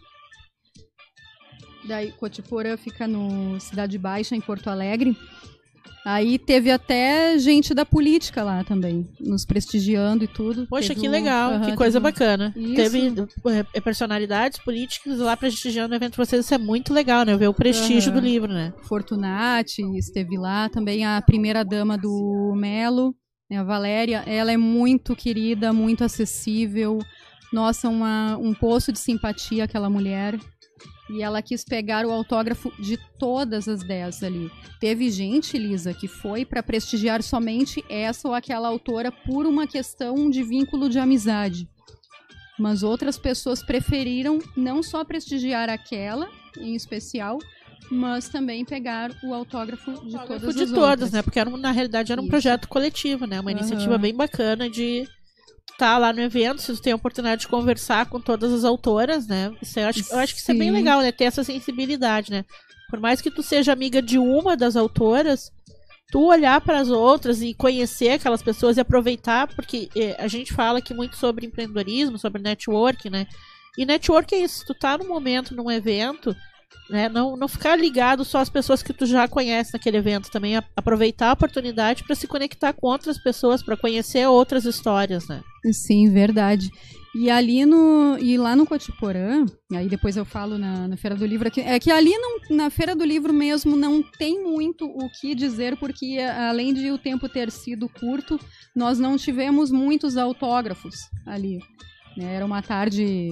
Speaker 3: Daí Cotiporã fica no Cidade Baixa, em Porto Alegre. Aí teve até gente da política lá também, nos prestigiando e tudo.
Speaker 2: Poxa,
Speaker 3: teve
Speaker 2: que
Speaker 3: o...
Speaker 2: legal,
Speaker 3: uhum,
Speaker 2: que coisa
Speaker 3: teve...
Speaker 2: bacana.
Speaker 3: Isso.
Speaker 2: Teve é, personalidades políticas lá prestigiando o evento de vocês, isso é muito legal, né? Ver o prestígio
Speaker 3: uhum.
Speaker 2: do livro, né?
Speaker 3: Fortunati esteve lá, também a primeira-dama do Melo, né, a Valéria, ela é muito querida, muito acessível. Nossa, uma, um poço de simpatia aquela mulher. E ela quis pegar o autógrafo de todas as dez ali. Teve gente, Lisa, que foi para prestigiar somente essa ou aquela autora por uma questão de vínculo de amizade. Mas outras pessoas preferiram não só prestigiar aquela, em especial, mas também pegar o autógrafo de
Speaker 2: autógrafo
Speaker 3: todas
Speaker 2: de
Speaker 3: as
Speaker 2: todas,
Speaker 3: outras.
Speaker 2: né? Porque era, na realidade era um
Speaker 3: Isso.
Speaker 2: projeto coletivo, né? Uma
Speaker 3: Uhum.
Speaker 2: iniciativa bem bacana de... tá lá no evento, se tu tem a oportunidade de conversar com todas as autoras, né? Isso eu, acho, eu acho que isso é bem legal, né? Ter essa sensibilidade, né? Por mais que tu seja amiga de uma das autoras, tu olhar para as outras e conhecer aquelas pessoas e aproveitar, porque eh, a gente fala aqui muito sobre empreendedorismo, sobre networking, né? E network é isso, tu tá num momento, num evento, né? Não, não ficar ligado só às pessoas que tu já conhece naquele evento, também a, aproveitar a oportunidade para se conectar com outras pessoas, para conhecer outras histórias, né?
Speaker 3: Sim, verdade. E ali no e lá no Cotiporã, aí depois eu falo na, na Feira do Livro, aqui, é que ali não, na Feira do Livro mesmo não tem muito o que dizer, porque além de o tempo ter sido curto, nós não tivemos muitos autógrafos ali, né? Era uma tarde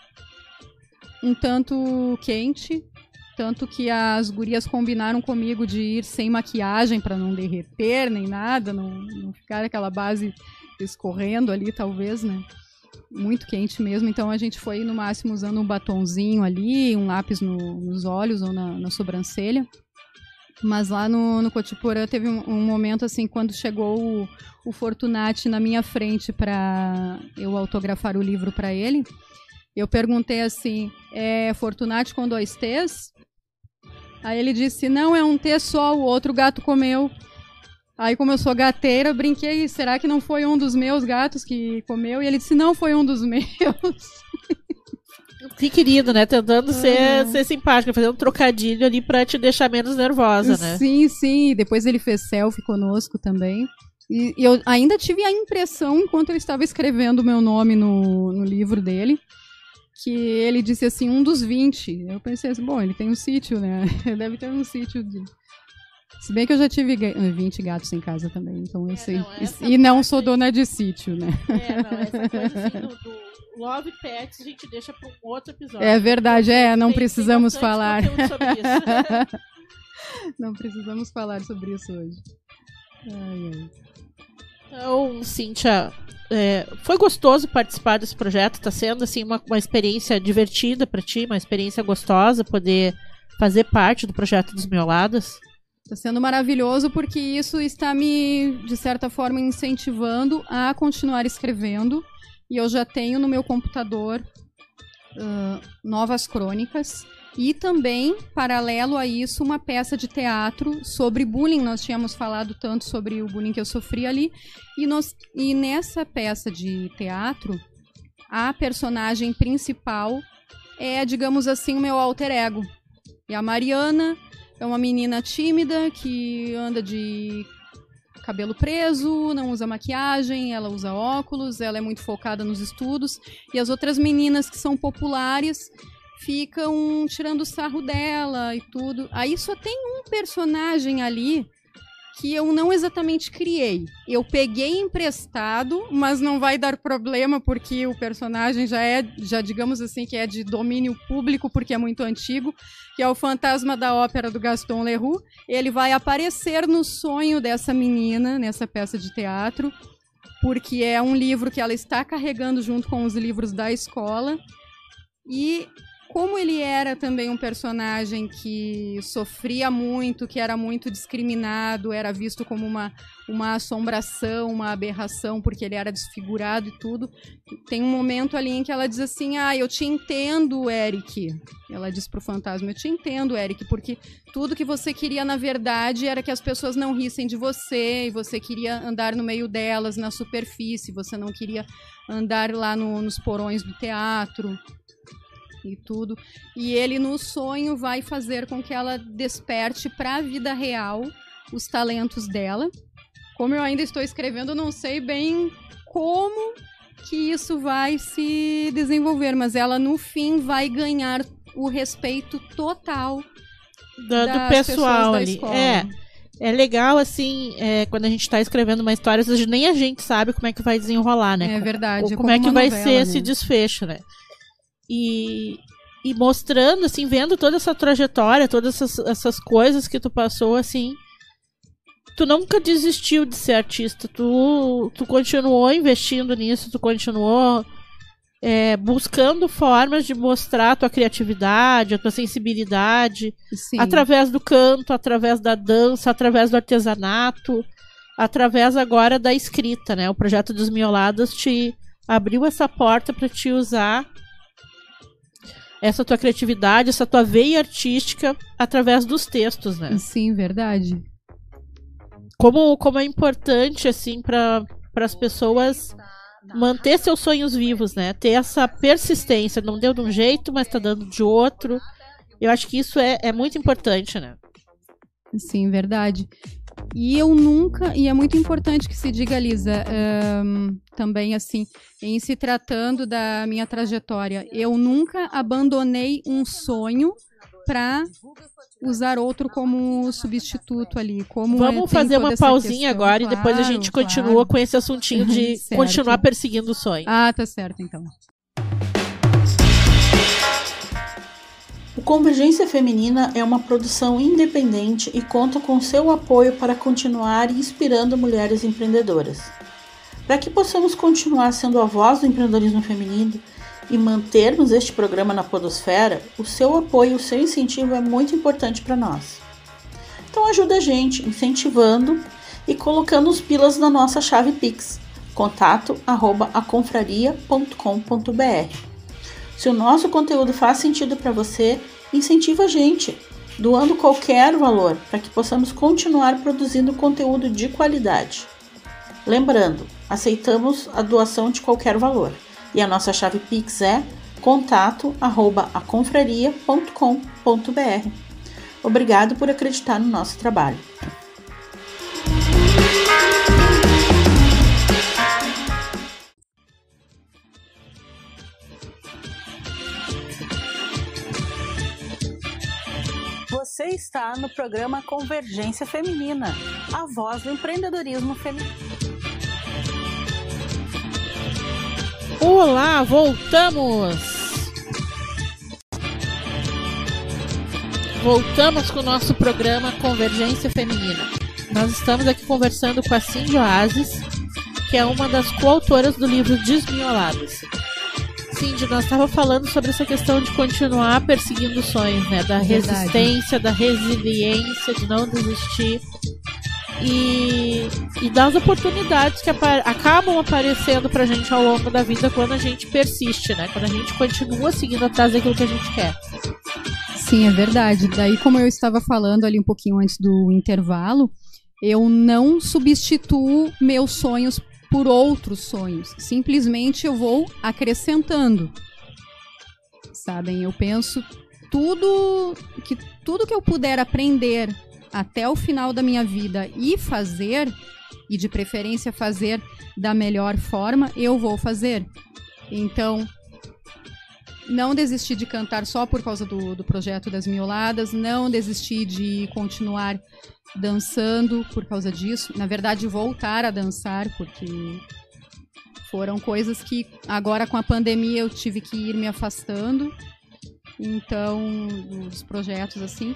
Speaker 3: um tanto quente, tanto que as gurias combinaram comigo de ir sem maquiagem para não derreter nem nada, não, não ficar aquela base escorrendo ali, talvez, né? Muito quente mesmo, então a gente foi no máximo usando um batonzinho ali, um lápis no, nos olhos ou na, na sobrancelha. Mas lá no, no Cotiporã teve um, um momento assim, quando chegou o, o Fortunati na minha frente para eu autografar o livro para ele, eu perguntei assim, é Fortunati com dois T's? Aí ele disse, não, é um T só, o outro gato comeu. Aí, como eu sou gateira, eu brinquei, será que não foi um dos meus gatos que comeu? E ele disse, não, foi um dos meus.
Speaker 2: Que querido, né? Tentando ser, ser simpático, fazer um trocadilho ali pra te deixar menos nervosa, né?
Speaker 3: Sim, sim. Depois ele fez selfie conosco também. E, e eu ainda tive a impressão, enquanto eu estava escrevendo o meu nome no, no livro dele, que ele disse assim, um dos vinte. Eu pensei assim, bom, ele tem um sítio, né? Deve ter um sítio de... Se bem que eu já tive vinte gatos em casa também, então eu
Speaker 2: é,
Speaker 3: sei.
Speaker 2: Não,
Speaker 3: e não sou dona de sítio, né?
Speaker 2: É, não, essa coisa assim do, do Love Pets a gente deixa para um outro episódio.
Speaker 3: É verdade, é, não
Speaker 2: tem,
Speaker 3: precisamos
Speaker 2: tem
Speaker 3: falar.
Speaker 2: sobre isso.
Speaker 3: Não precisamos falar sobre isso hoje. Ai, ai.
Speaker 2: Então, Cíntia, é, foi gostoso participar desse projeto, está sendo assim uma, uma experiência divertida para ti, uma experiência gostosa poder fazer parte do projeto dos Mioladas.
Speaker 3: Está sendo maravilhoso porque isso está me, de certa forma, incentivando a continuar escrevendo. E eu já tenho no meu computador uh, novas crônicas. E também, paralelo a isso, uma peça de teatro sobre bullying. Nós tínhamos falado tanto sobre o bullying que eu sofri ali. E, nós, e nessa peça de teatro, a personagem principal é, digamos assim, o meu alter ego. E a Mariana é uma menina tímida que anda de cabelo preso, não usa maquiagem, ela usa óculos, ela é muito focada nos estudos. E as outras meninas que são populares ficam tirando sarro dela e tudo. Aí só tem um personagem ali que eu não exatamente criei. Eu peguei emprestado, mas não vai dar problema porque o personagem já é, já digamos assim, que é de domínio público porque é muito antigo, que é o Fantasma da Ópera do Gaston Leroux. Ele vai aparecer no sonho dessa menina, nessa peça de teatro, porque é um livro que ela está carregando junto com os livros da escola. E como ele era também um personagem que sofria muito, que era muito discriminado, era visto como uma, uma assombração, uma aberração, porque ele era desfigurado e tudo, tem um momento ali em que ela diz assim, ah, eu te entendo, Eric. Ela diz pro fantasma, eu te entendo, Eric, porque tudo que você queria, na verdade, era que as pessoas não rissem de você, e você queria andar no meio delas, na superfície, você não queria andar lá no, nos porões do teatro e tudo. E ele, no sonho, vai fazer com que ela desperte para a vida real os talentos dela. Como eu ainda estou escrevendo, eu não sei bem como que isso vai se desenvolver, mas ela, no fim, vai ganhar o respeito total
Speaker 2: do, do pessoal ali.
Speaker 3: Escola.
Speaker 2: É, é legal, assim, é, quando a gente está escrevendo uma história, nem a gente sabe como é que vai desenrolar, né?
Speaker 3: É verdade.
Speaker 2: Como,
Speaker 3: como,
Speaker 2: como é que vai
Speaker 3: novela,
Speaker 2: ser
Speaker 3: né?
Speaker 2: esse desfecho, né? E, e mostrando, assim, vendo toda essa trajetória, todas essas, essas coisas que tu passou, assim, tu nunca desistiu de ser artista, tu, tu continuou investindo nisso, tu continuou é, buscando formas de mostrar a tua criatividade, a tua sensibilidade,
Speaker 3: Sim.
Speaker 2: através do canto, através da dança, através do artesanato, através agora da escrita, né? O projeto dos Mioladas te abriu essa porta para te usar essa tua criatividade, essa tua veia artística através dos textos, né?
Speaker 3: Sim, verdade.
Speaker 2: Como, como é importante, assim, para as pessoas manter seus sonhos vivos, né? Ter essa persistência. Não deu de um jeito, mas tá dando de outro. Eu acho que isso é, é muito importante, né?
Speaker 3: Sim, verdade. E eu nunca, e é muito importante que se diga, Lisa, um, também assim, em se tratando da minha trajetória, eu nunca abandonei um sonho para usar outro como substituto ali. Como
Speaker 2: Vamos
Speaker 3: é,
Speaker 2: fazer uma pausinha
Speaker 3: questão.
Speaker 2: agora
Speaker 3: Claro,
Speaker 2: e depois a gente continua
Speaker 3: claro.
Speaker 2: com esse assuntinho de continuar perseguindo o sonho.
Speaker 3: Ah, tá certo, então.
Speaker 1: O Convergência Feminina é uma produção independente e conta com seu apoio para continuar inspirando mulheres empreendedoras. Para que possamos continuar sendo a voz do empreendedorismo feminino e mantermos este programa na podosfera, o seu apoio e o seu incentivo é muito importante para nós. Então ajuda a gente incentivando e colocando os pilas na nossa chave Pix, contato arroba aconfraria ponto com ponto br. Se o nosso conteúdo faz sentido para você, incentiva a gente, doando qualquer valor, para que possamos continuar produzindo conteúdo de qualidade. Lembrando, aceitamos a doação de qualquer valor, e a nossa chave Pix é contato arroba aconfraria ponto com ponto br. Obrigado por acreditar no nosso trabalho. Você está no programa Convergência Feminina, a voz do empreendedorismo feminino.
Speaker 2: Olá, voltamos! Voltamos com o nosso programa Convergência Feminina. Nós estamos aqui conversando com a Cindy Oasis, que é uma das coautoras do livro Desmioladas. Cindy, nós estávamos falando sobre essa questão de continuar perseguindo sonhos, né? Da resistência, da resiliência, de não desistir. E, e das oportunidades que apa- acabam aparecendo pra gente ao longo da vida quando a gente persiste, né? Quando a gente continua seguindo atrás daquilo que a gente quer.
Speaker 3: Sim, é verdade. Daí, como eu estava falando ali um pouquinho antes do intervalo, eu não substituo meus sonhos por outros sonhos. Simplesmente eu vou acrescentando. Sabem, eu penso tudo que, tudo que eu puder aprender até o final da minha vida e fazer, e de preferência fazer da melhor forma, eu vou fazer. Então, não desisti de cantar só por causa do, do projeto das Mioladas, não desisti de continuar dançando por causa disso. Na verdade, voltar a dançar, porque foram coisas que agora com a pandemia eu tive que ir me afastando. Então, dos projetos assim.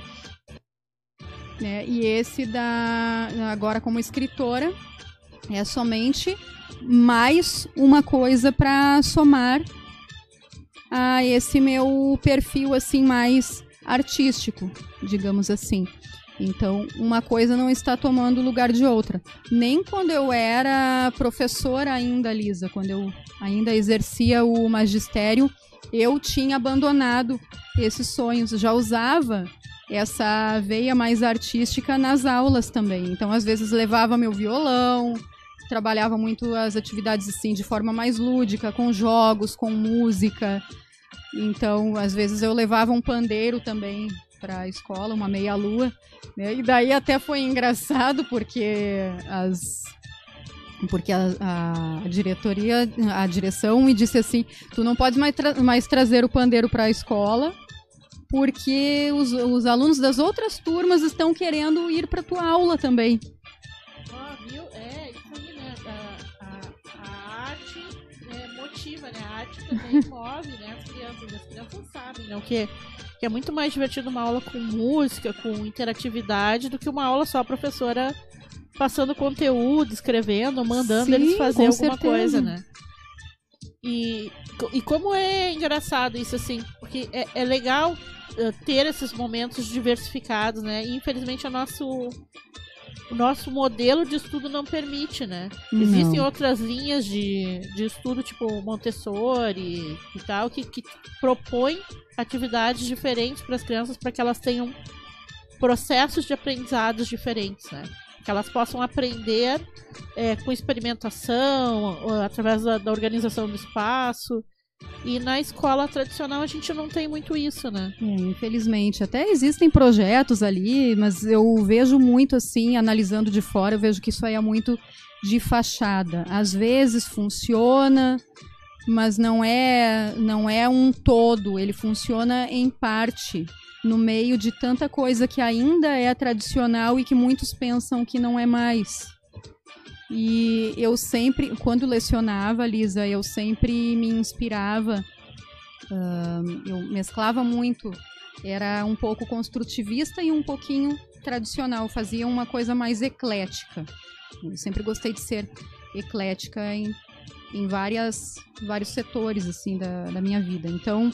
Speaker 3: Né? E esse da agora como escritora é somente mais uma coisa para somar a esse meu perfil assim mais artístico, digamos assim. Então, uma coisa não está tomando o lugar de outra. Nem quando eu era professora ainda, Lisa, quando eu ainda exercia o magistério, eu tinha abandonado esses sonhos. Já usava essa veia mais artística nas aulas também. Então, às vezes, levava meu violão, trabalhava muito as atividades assim de forma mais lúdica, com jogos, com música. Então, às vezes, eu levava um pandeiro também para a escola, uma meia-lua, né? E daí até foi engraçado porque as porque a, a diretoria, a direção me disse assim: tu não pode mais, tra mais trazer o pandeiro para a escola porque os, os alunos das outras turmas estão querendo ir para tua aula também.
Speaker 2: Ah, viu? É, isso aí, né? A, a, a arte é, motiva, né? A arte também move, né? As crianças, as crianças sabem, né? O que, que é muito mais divertido uma aula com música, com interatividade, do que uma aula só a professora passando conteúdo, escrevendo, mandando Sim, eles fazer alguma certeza. coisa, né? E, e como é engraçado isso, assim, porque é, é legal uh, ter esses momentos diversificados, né? E infelizmente o nosso, o nosso modelo de estudo não permite, né? Não. Existem outras linhas de, de estudo, tipo Montessori e tal, que, que propõem atividades diferentes para as crianças, para que elas tenham processos de aprendizados diferentes, né? Que elas possam aprender é, com experimentação, através da, da organização do espaço. E na escola tradicional a gente não tem muito isso, né?
Speaker 3: É, infelizmente. Até existem projetos ali, mas eu vejo muito assim, analisando de fora, eu vejo que isso aí é muito de fachada. Às vezes funciona, mas não é, não é um todo. Ele funciona em parte, no meio de tanta coisa que ainda é tradicional e que muitos pensam que não é mais. E eu sempre, quando lecionava, Lisa, eu sempre me inspirava, uh, eu mesclava muito, era um pouco construtivista e um pouquinho tradicional, fazia uma coisa mais eclética. Eu sempre gostei de ser eclética em, em várias, vários setores assim, da, da minha vida. Então,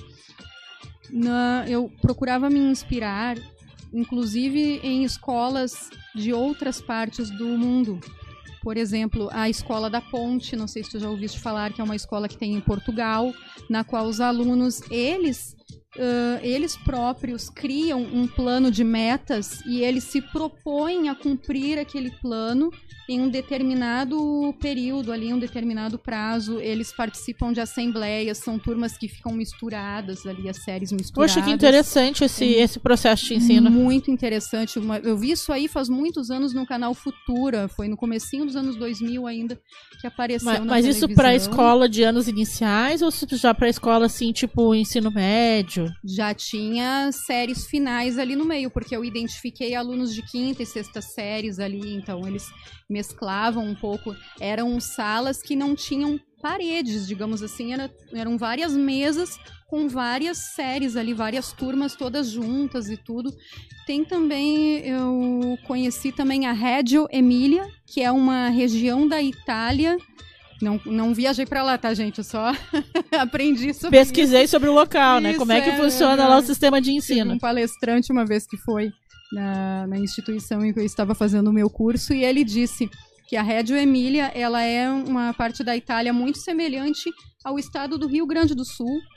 Speaker 3: Na, eu procurava me inspirar, inclusive em escolas de outras partes do mundo. Por exemplo, a Escola da Ponte, não sei se tu já ouviste falar, que é uma escola que tem em Portugal, na qual os alunos, eles, uh, eles próprios criam um plano de metas e eles se propõem a cumprir aquele plano em um determinado período, ali, em um determinado prazo. Eles participam de assembleias, são turmas que ficam misturadas ali, as séries misturadas.
Speaker 2: Poxa, que interessante esse, é, esse processo de ensino.
Speaker 3: Muito interessante. Uma, eu vi isso aí faz muitos anos no canal Futura, foi no comecinho dos anos dois mil ainda que apareceu
Speaker 2: mas,
Speaker 3: na
Speaker 2: mas
Speaker 3: televisão.
Speaker 2: Isso para escola de anos iniciais ou já para escola assim, tipo ensino médio?
Speaker 3: Já tinha séries finais ali no meio, porque eu identifiquei alunos de quinta e sexta séries ali, então eles mesclavam um pouco, eram salas que não tinham paredes, digamos assim, era, eram várias mesas com várias séries ali, várias turmas todas juntas e tudo. Tem também, eu conheci também a Reggio Emilia, que é uma região da Itália. Não, não viajei pra lá, tá, gente? Eu só aprendi sobre
Speaker 2: Pesquisei
Speaker 3: isso.
Speaker 2: sobre o local,
Speaker 3: isso,
Speaker 2: né? Como é que
Speaker 3: é,
Speaker 2: funciona
Speaker 3: é,
Speaker 2: lá o sistema de ensino.
Speaker 3: Teve um palestrante uma vez que foi na, na instituição em que eu estava fazendo o meu curso e ele disse que a Reggio Emilia, ela é uma parte da Itália muito semelhante ao estado do Rio Grande do Sul,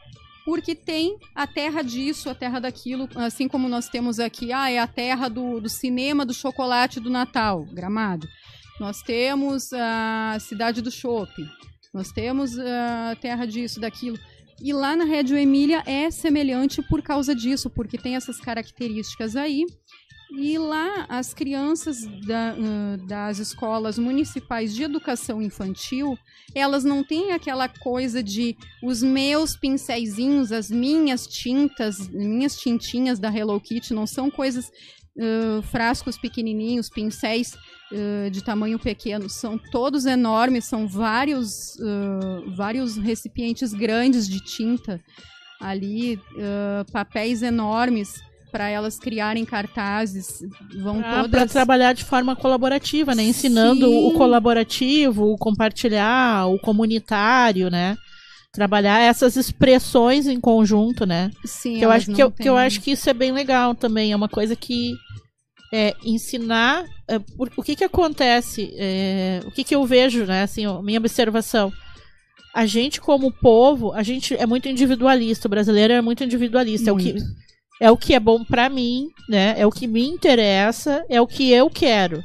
Speaker 3: porque tem a terra disso, a terra daquilo, assim como nós temos aqui, ah, é a terra do, do cinema, do chocolate do Natal, Gramado. Nós temos a cidade do shopping, nós temos a terra disso, daquilo. E lá na Reggio Emília é semelhante por causa disso, porque tem essas características aí. E lá as crianças da, uh, das escolas municipais de educação infantil, elas não têm aquela coisa de os meus pincéisinhos, as minhas tintas, minhas tintinhas da Hello Kitty, não são coisas, uh, frascos pequenininhos, pincéis uh, de tamanho pequeno, são todos enormes, são vários, uh, vários recipientes grandes de tinta ali, uh, papéis enormes, para elas criarem cartazes, vão
Speaker 2: pra,
Speaker 3: todas...
Speaker 2: Para trabalhar de forma colaborativa, né? Ensinando Sim. o colaborativo, o compartilhar, o comunitário, né? Trabalhar essas expressões em conjunto, né?
Speaker 3: Sim,
Speaker 2: que eu acho que eu,
Speaker 3: têm...
Speaker 2: que eu acho que isso é bem legal também, é uma coisa que é, ensinar é, por, o que que acontece, é, o que que eu vejo, né? Assim, ó, minha observação. A gente como povo, a gente é muito individualista, o brasileiro é muito individualista, muito. é o que É o que é bom pra mim, né? É o que me interessa, é o que eu quero.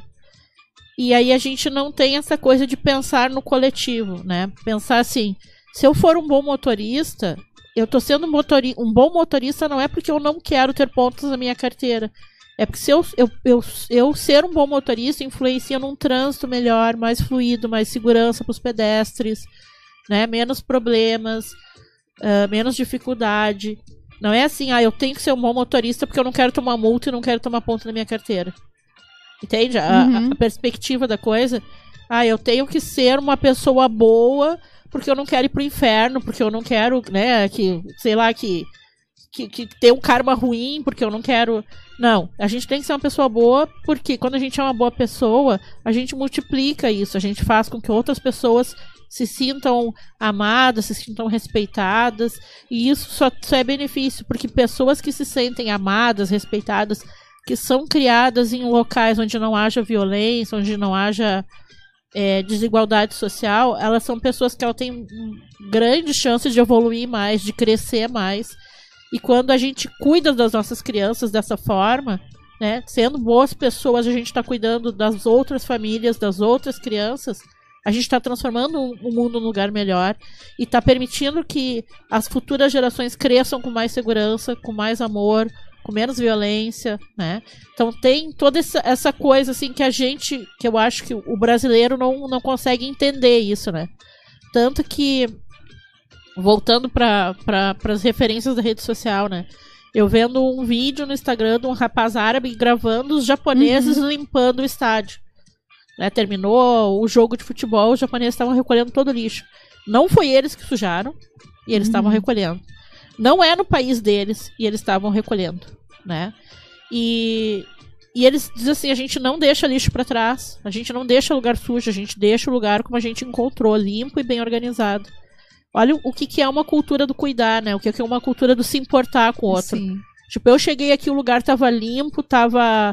Speaker 2: E aí a gente não tem essa coisa de pensar no coletivo, né? Pensar assim, se eu for um bom motorista, eu tô sendo um, motori- um bom motorista não é porque eu não quero ter pontos na minha carteira. É porque se eu, eu, eu, eu ser um bom motorista influencia num trânsito melhor, mais fluido, mais segurança pros pedestres, né? Menos problemas, uh, menos dificuldade. Não é assim, ah, eu tenho que ser um bom motorista porque eu não quero tomar multa e não quero tomar ponto na minha carteira. Entende? A, uhum. a, a perspectiva da coisa. Ah, eu tenho que ser uma pessoa boa porque eu não quero ir pro inferno, porque eu não quero, né, que, sei lá, que, que, que ter um karma ruim, porque eu não quero... Não, a gente tem que ser uma pessoa boa porque quando a gente é uma boa pessoa, a gente multiplica isso, a gente faz com que outras pessoas se sintam amadas, se sintam respeitadas, e isso só, só é benefício, porque pessoas que se sentem amadas, respeitadas, que são criadas em locais onde não haja violência, onde não haja é, desigualdade social, elas são pessoas que elas têm grande chance de evoluir mais, de crescer mais, e quando a gente cuida das nossas crianças dessa forma, né, sendo boas pessoas, a gente está cuidando das outras famílias, das outras crianças, a gente está transformando o mundo num lugar melhor e está permitindo que as futuras gerações cresçam com mais segurança, com mais amor, com menos violência, né? Então tem toda essa, essa coisa assim que a gente, que eu acho que o brasileiro não, não consegue entender isso, né? Tanto que, voltando para pra, as referências da rede social, né? Eu vendo um vídeo no Instagram de um rapaz árabe gravando os japoneses uhum. limpando o estádio. Né, terminou o jogo de futebol, os japoneses estavam recolhendo todo o lixo. Não foi eles que sujaram, e eles estavam uhum. recolhendo. Não é no país deles, e eles estavam recolhendo, né? E, e eles dizem assim, a gente não deixa lixo para trás, a gente não deixa lugar sujo, a gente deixa o lugar como a gente encontrou, limpo e bem organizado. Olha o que, que é uma cultura do cuidar, né? O que é uma cultura do se importar com o outro.
Speaker 3: Sim.
Speaker 2: Tipo, eu cheguei aqui, o lugar tava limpo, tava...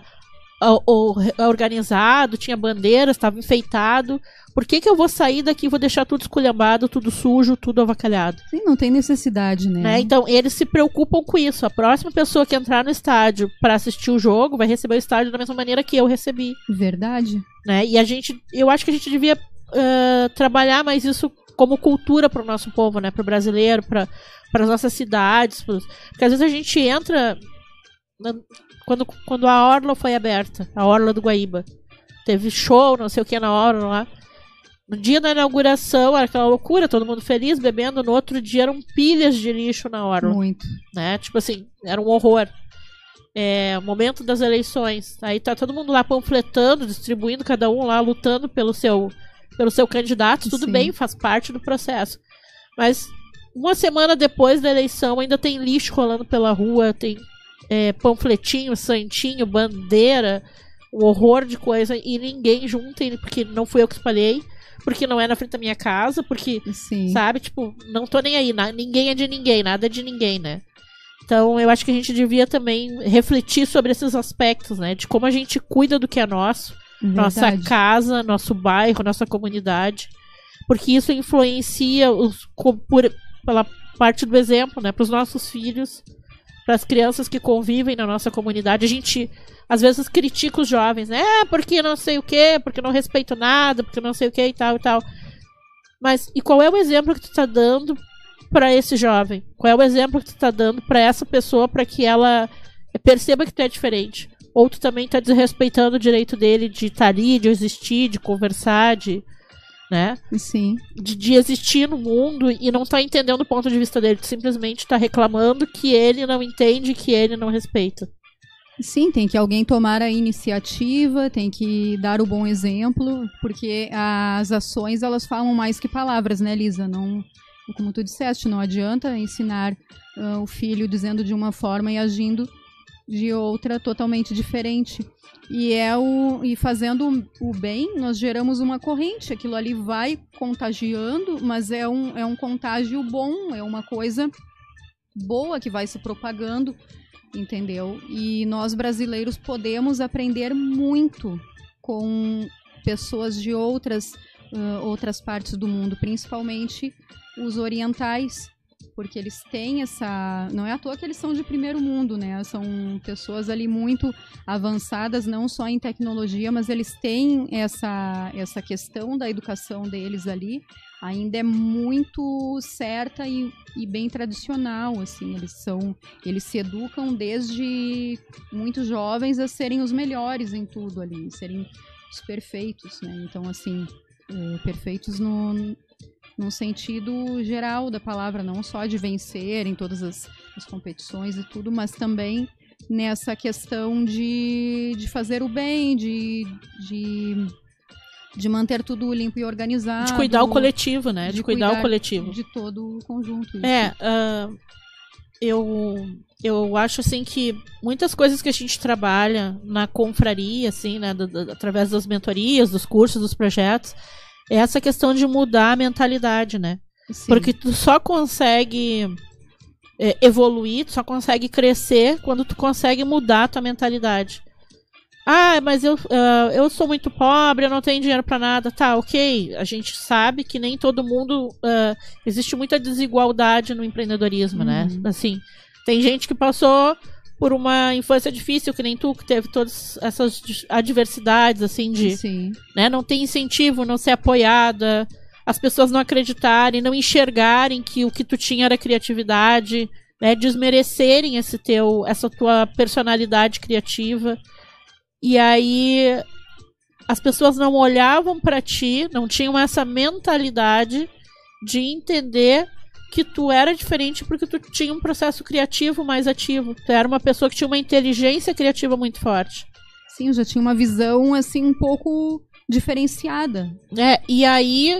Speaker 2: organizado, tinha bandeiras, estava enfeitado. Por que que eu vou sair daqui e vou deixar tudo esculhambado, tudo sujo, tudo avacalhado?
Speaker 3: Sim, não tem necessidade, né?
Speaker 2: né? Então, eles se preocupam com isso. A próxima pessoa que entrar no estádio para assistir o jogo vai receber o estádio da mesma maneira que eu recebi.
Speaker 3: Verdade.
Speaker 2: Né? E a gente, eu acho que a gente devia uh, trabalhar mais isso como cultura para o nosso povo, né? Para o brasileiro, para as nossas cidades. Pros... Porque às vezes a gente entra... Na... Quando, quando a orla foi aberta, a orla do Guaíba, teve show, não sei o que na orla lá. No dia da inauguração, era aquela loucura, todo mundo feliz, bebendo. No outro dia eram pilhas de lixo na orla.
Speaker 3: Muito.
Speaker 2: Né? Tipo assim, era um horror. É, o momento das eleições. Aí tá todo mundo lá panfletando, distribuindo, cada um lá lutando pelo seu, pelo seu candidato. Tudo Sim. bem, faz parte do processo. Mas uma semana depois da eleição ainda tem lixo rolando pela rua, tem... É, panfletinho, santinho, bandeira, um horror de coisa, e ninguém junta, porque não fui eu que espalhei, porque não é na frente da minha casa, porque,
Speaker 3: Sim.
Speaker 2: sabe, tipo, não tô nem aí, na, ninguém é de ninguém, nada é de ninguém, né? Então eu acho que a gente devia também refletir sobre esses aspectos, né, de como a gente cuida do que é nosso,
Speaker 3: Verdade.
Speaker 2: Nossa casa, nosso bairro, nossa comunidade, porque isso influencia os, por, pela parte do exemplo, né? Para os nossos filhos, para as crianças que convivem na nossa comunidade. A gente, às vezes, critica os jovens, né? É, porque não sei o quê, porque não respeito nada, porque não sei o quê e tal e tal. Mas, e qual é o exemplo que tu tá dando para esse jovem? Qual é o exemplo que tu tá dando para essa pessoa para que ela perceba que tu é diferente? Ou tu também tá desrespeitando o direito dele de estar ali, de existir, de conversar, de... né?
Speaker 3: Sim.
Speaker 2: De, de existir no mundo e não tá entendendo o ponto de vista dele, simplesmente tá reclamando que ele não entende, que ele não respeita.
Speaker 3: Sim, tem que alguém tomar a iniciativa, tem que dar o bom exemplo, porque as ações, elas falam mais que palavras, né, Lisa? Não, como tu disseste, não adianta ensinar uh, o filho dizendo de uma forma e agindo de outra totalmente diferente. E, é o, e fazendo o bem, nós geramos uma corrente. Aquilo ali vai contagiando, mas é um, é um contágio bom, é uma coisa boa que vai se propagando, entendeu? E nós brasileiros podemos aprender muito com pessoas de outras, uh, outras partes do mundo, principalmente os orientais, porque eles têm essa... Não é à toa que eles são de primeiro mundo, né? São pessoas ali muito avançadas, não só em tecnologia, mas eles têm essa, essa questão da educação deles ali, ainda é muito certa e, e bem tradicional, assim. Eles são... Eles se educam desde muito jovens a serem os melhores em tudo ali, serem os perfeitos, né? Então, assim, é, perfeitos no... no sentido geral da palavra, não só de vencer em todas as, as competições e tudo, mas também nessa questão de, de fazer o bem, de, de, de manter tudo limpo e organizado.
Speaker 2: De cuidar o coletivo, né? De,
Speaker 3: de
Speaker 2: cuidar o coletivo.
Speaker 3: De todo o conjunto. Isso.
Speaker 2: É, uh, eu, eu acho, assim, que muitas coisas que a gente trabalha na confraria, assim, né, do, do, através das mentorias, dos cursos, dos projetos, é essa questão de mudar a mentalidade, né? Sim. Porque tu só consegue é, evoluir, tu só consegue crescer quando tu consegue mudar a tua mentalidade. Ah, mas eu, uh, eu sou muito pobre, eu não tenho dinheiro pra nada. Tá, ok. A gente sabe que nem todo mundo... Uh, existe muita desigualdade no empreendedorismo, uhum. né? Assim, tem gente que passou por uma infância difícil, que nem tu, que teve todas essas adversidades, assim, de...
Speaker 3: Sim.
Speaker 2: Né, não tem incentivo, não ser apoiada, as pessoas não acreditarem, não enxergarem que o que tu tinha era criatividade, né, desmerecerem esse teu, essa tua personalidade criativa. E aí as pessoas não olhavam pra ti, não tinham essa mentalidade de entender que tu era diferente porque tu tinha um processo criativo mais ativo. Tu era uma pessoa que tinha uma inteligência criativa muito forte.
Speaker 3: Sim, eu já tinha uma visão, assim, um pouco diferenciada.
Speaker 2: É, e aí,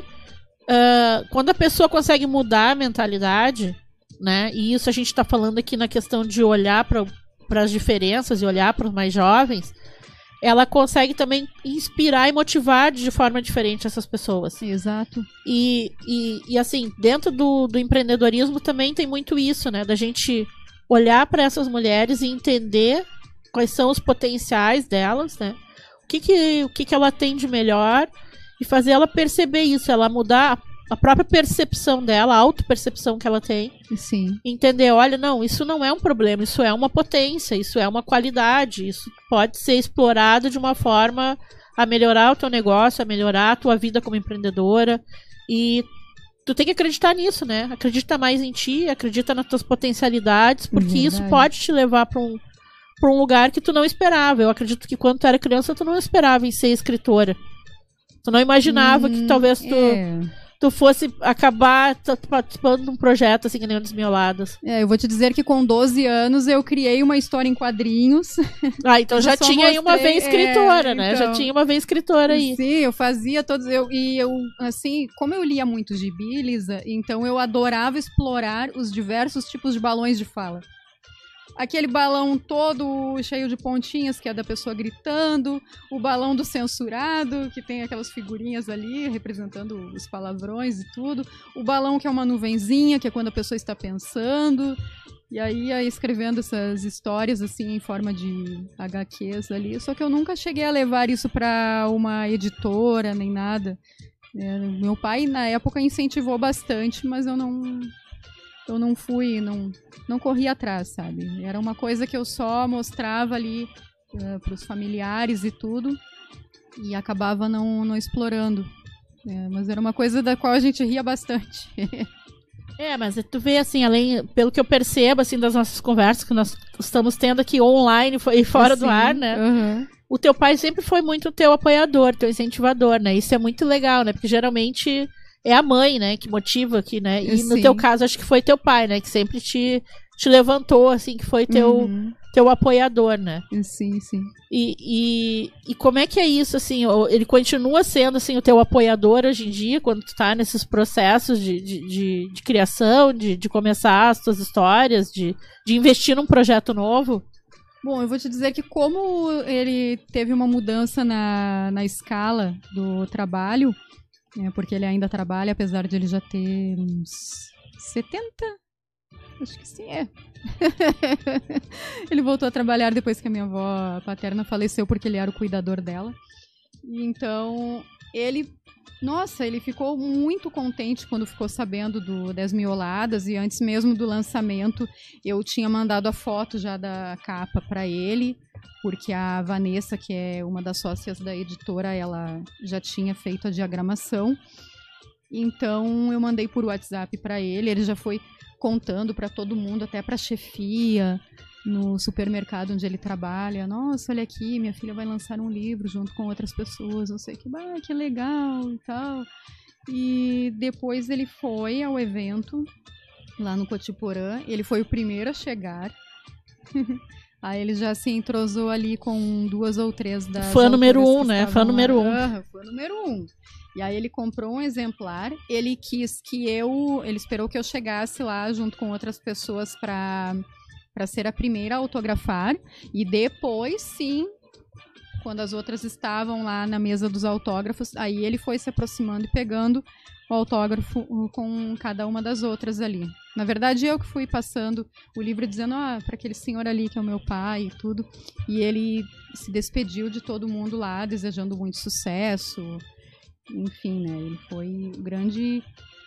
Speaker 2: uh, quando a pessoa consegue mudar a mentalidade, né, e isso a gente tá falando aqui na questão de olhar para as diferenças e olhar para os mais jovens, ela consegue também inspirar e motivar de forma diferente essas pessoas.
Speaker 3: Exato.
Speaker 2: E, e, e assim, dentro do, do empreendedorismo também tem muito isso, né? Da gente olhar para essas mulheres e entender quais são os potenciais delas, né? O que que, o que que ela tem de melhor e fazer ela perceber isso, ela mudar a própria percepção dela, a autopercepção que ela tem.
Speaker 3: Sim.
Speaker 2: Entender, olha, não, isso não é um problema, isso é uma potência, isso é uma qualidade, isso pode ser explorado de uma forma a melhorar o teu negócio, a melhorar a tua vida como empreendedora. E tu tem que acreditar nisso, né? Acredita mais em ti, acredita nas tuas potencialidades, porque Verdade. Isso pode te levar para um, para um lugar que tu não esperava. Eu acredito que quando tu era criança, tu não esperava em ser escritora. Tu não imaginava hum, que talvez tu... É. tu fosse acabar participando de um projeto assim que nem o Desmioladas.
Speaker 3: É, eu vou te dizer que com doze anos eu criei uma história em quadrinhos.
Speaker 2: Ah, então já tinha mostrei, aí uma vez escritora, é, né? Então, já tinha uma vez escritora aí.
Speaker 3: Sim, eu fazia todos... Eu, e eu, assim, como eu lia muito gibi, Lisa, então eu adorava explorar os diversos tipos de balões de fala. Aquele balão todo cheio de pontinhas, que é da pessoa gritando. O balão do censurado, que tem aquelas figurinhas ali representando os palavrões e tudo. O balão que é uma nuvenzinha, que é quando a pessoa está pensando. E aí ia escrevendo essas histórias assim em forma de agá quês ali. Só que eu nunca cheguei a levar isso para uma editora, nem nada. É, meu pai, na época, incentivou bastante, mas eu não... eu não fui, não, não corri atrás, sabe? Era uma coisa que eu só mostrava ali uh, para os familiares e tudo, e acabava não, não explorando. É, mas era uma coisa da qual a gente ria bastante.
Speaker 2: É, mas tu vê, assim, além, pelo que eu percebo, assim, das nossas conversas que nós estamos tendo aqui online e fora assim, do ar, né?
Speaker 3: Uhum.
Speaker 2: O teu pai sempre foi muito teu apoiador, teu incentivador, né? Isso é muito legal, né? Porque geralmente é a mãe, né, que motiva aqui, né? E Sim. no teu caso, acho que foi teu pai, né? Que sempre te, te levantou, assim, que foi teu, uhum. teu apoiador, né?
Speaker 3: Sim, sim.
Speaker 2: E, e, e como é que é isso, assim? Ele continua sendo, assim, o teu apoiador hoje em dia, quando tu tá nesses processos de, de, de, de criação, de, de começar as tuas histórias, de, de investir num projeto novo?
Speaker 3: Bom, eu vou te dizer que como ele teve uma mudança na, na escala do trabalho, é, porque ele ainda trabalha, apesar de ele já ter uns setenta, acho que sim, é. Ele voltou a trabalhar depois que a minha avó paterna faleceu, porque ele era o cuidador dela. E então, ele... Nossa, ele ficou muito contente quando ficou sabendo do dez Mioladas, e antes mesmo do lançamento eu tinha mandado a foto já da capa para ele, porque a Vanessa, que é uma das sócias da editora, ela já tinha feito a diagramação. Então eu mandei por WhatsApp para ele, ele já foi contando para todo mundo, até para a chefia, no supermercado onde ele trabalha. Nossa, olha aqui, minha filha vai lançar um livro junto com outras pessoas, não sei o que, ah, que legal e tal. E depois ele foi ao evento lá no Cotiporã, ele foi o primeiro a chegar. Aí ele já se entrosou ali com duas ou três das
Speaker 2: fã número um, né? Fã número um.
Speaker 3: Ah, fã número um. E aí ele comprou um exemplar, ele quis que eu, ele esperou que eu chegasse lá junto com outras pessoas para para ser a primeira a autografar, e depois, sim, quando as outras estavam lá na mesa dos autógrafos, aí ele foi se aproximando e pegando o autógrafo com cada uma das outras ali. Na verdade, eu que fui passando o livro dizendo, ah, para aquele senhor ali que é o meu pai e tudo, e ele se despediu de todo mundo lá, desejando muito sucesso, enfim, né, ele foi o grande...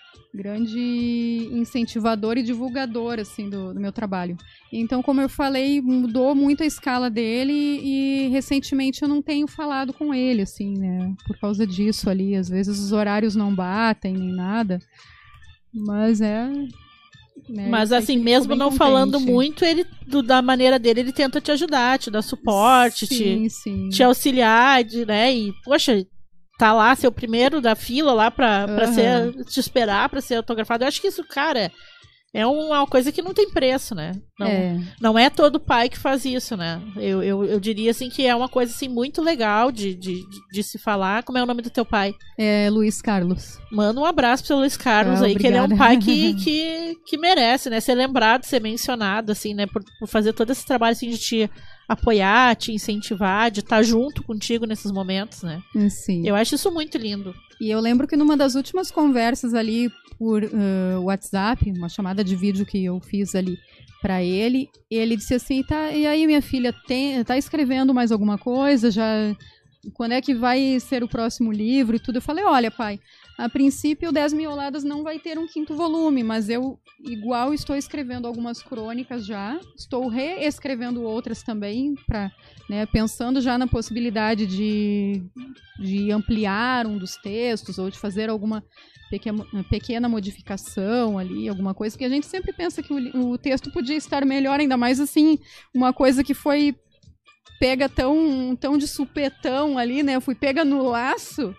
Speaker 3: grande incentivador e divulgador, assim, do, do meu trabalho. Então, como eu falei, mudou muito a escala dele, e recentemente eu não tenho falado com ele, assim, né, por causa disso ali. Às vezes os horários não batem, nem nada, mas é... Né,
Speaker 2: mas assim, mesmo não contente. Falando muito, ele, do, da maneira dele, ele tenta te ajudar, te dar suporte,
Speaker 3: sim,
Speaker 2: te,
Speaker 3: sim.
Speaker 2: te auxiliar, de, né, e, poxa... tá lá, ser o primeiro da fila lá pra, pra uhum. ser, te esperar pra ser autografado. Eu acho que isso, cara, é uma coisa que não tem preço, né? Não é, não é todo pai que faz isso, né? Eu, eu, eu diria, assim, que é uma coisa, assim, muito legal de, de, de se falar. Como é o nome do teu pai?
Speaker 3: É Luiz Carlos.
Speaker 2: Manda um abraço pro Luiz Carlos ah, aí, obrigada. Que ele é um pai que, que, que merece, né? Ser lembrado, ser mencionado, assim, né? Por, por fazer todo esse trabalho, assim, de te apoiar, te incentivar, de estar junto contigo nesses momentos, né?
Speaker 3: Sim.
Speaker 2: Eu acho isso muito lindo.
Speaker 3: E eu lembro que numa das últimas conversas ali por uh, WhatsApp, uma chamada de vídeo que eu fiz ali pra ele, ele disse assim, tá, e aí minha filha, tem, tá escrevendo mais alguma coisa? Já, quando é que vai ser o próximo livro e tudo? Eu falei, olha, pai, a princípio o dez Mioladas não vai ter um quinto volume, mas eu igual estou escrevendo algumas crônicas já, estou reescrevendo outras também, pra, né, pensando já na possibilidade de, de ampliar um dos textos ou de fazer alguma pequena, pequena modificação ali, alguma coisa, que a gente sempre pensa que o, o texto podia estar melhor, ainda mais assim, uma coisa que foi pega tão, tão de supetão ali, né? Eu fui pega no laço,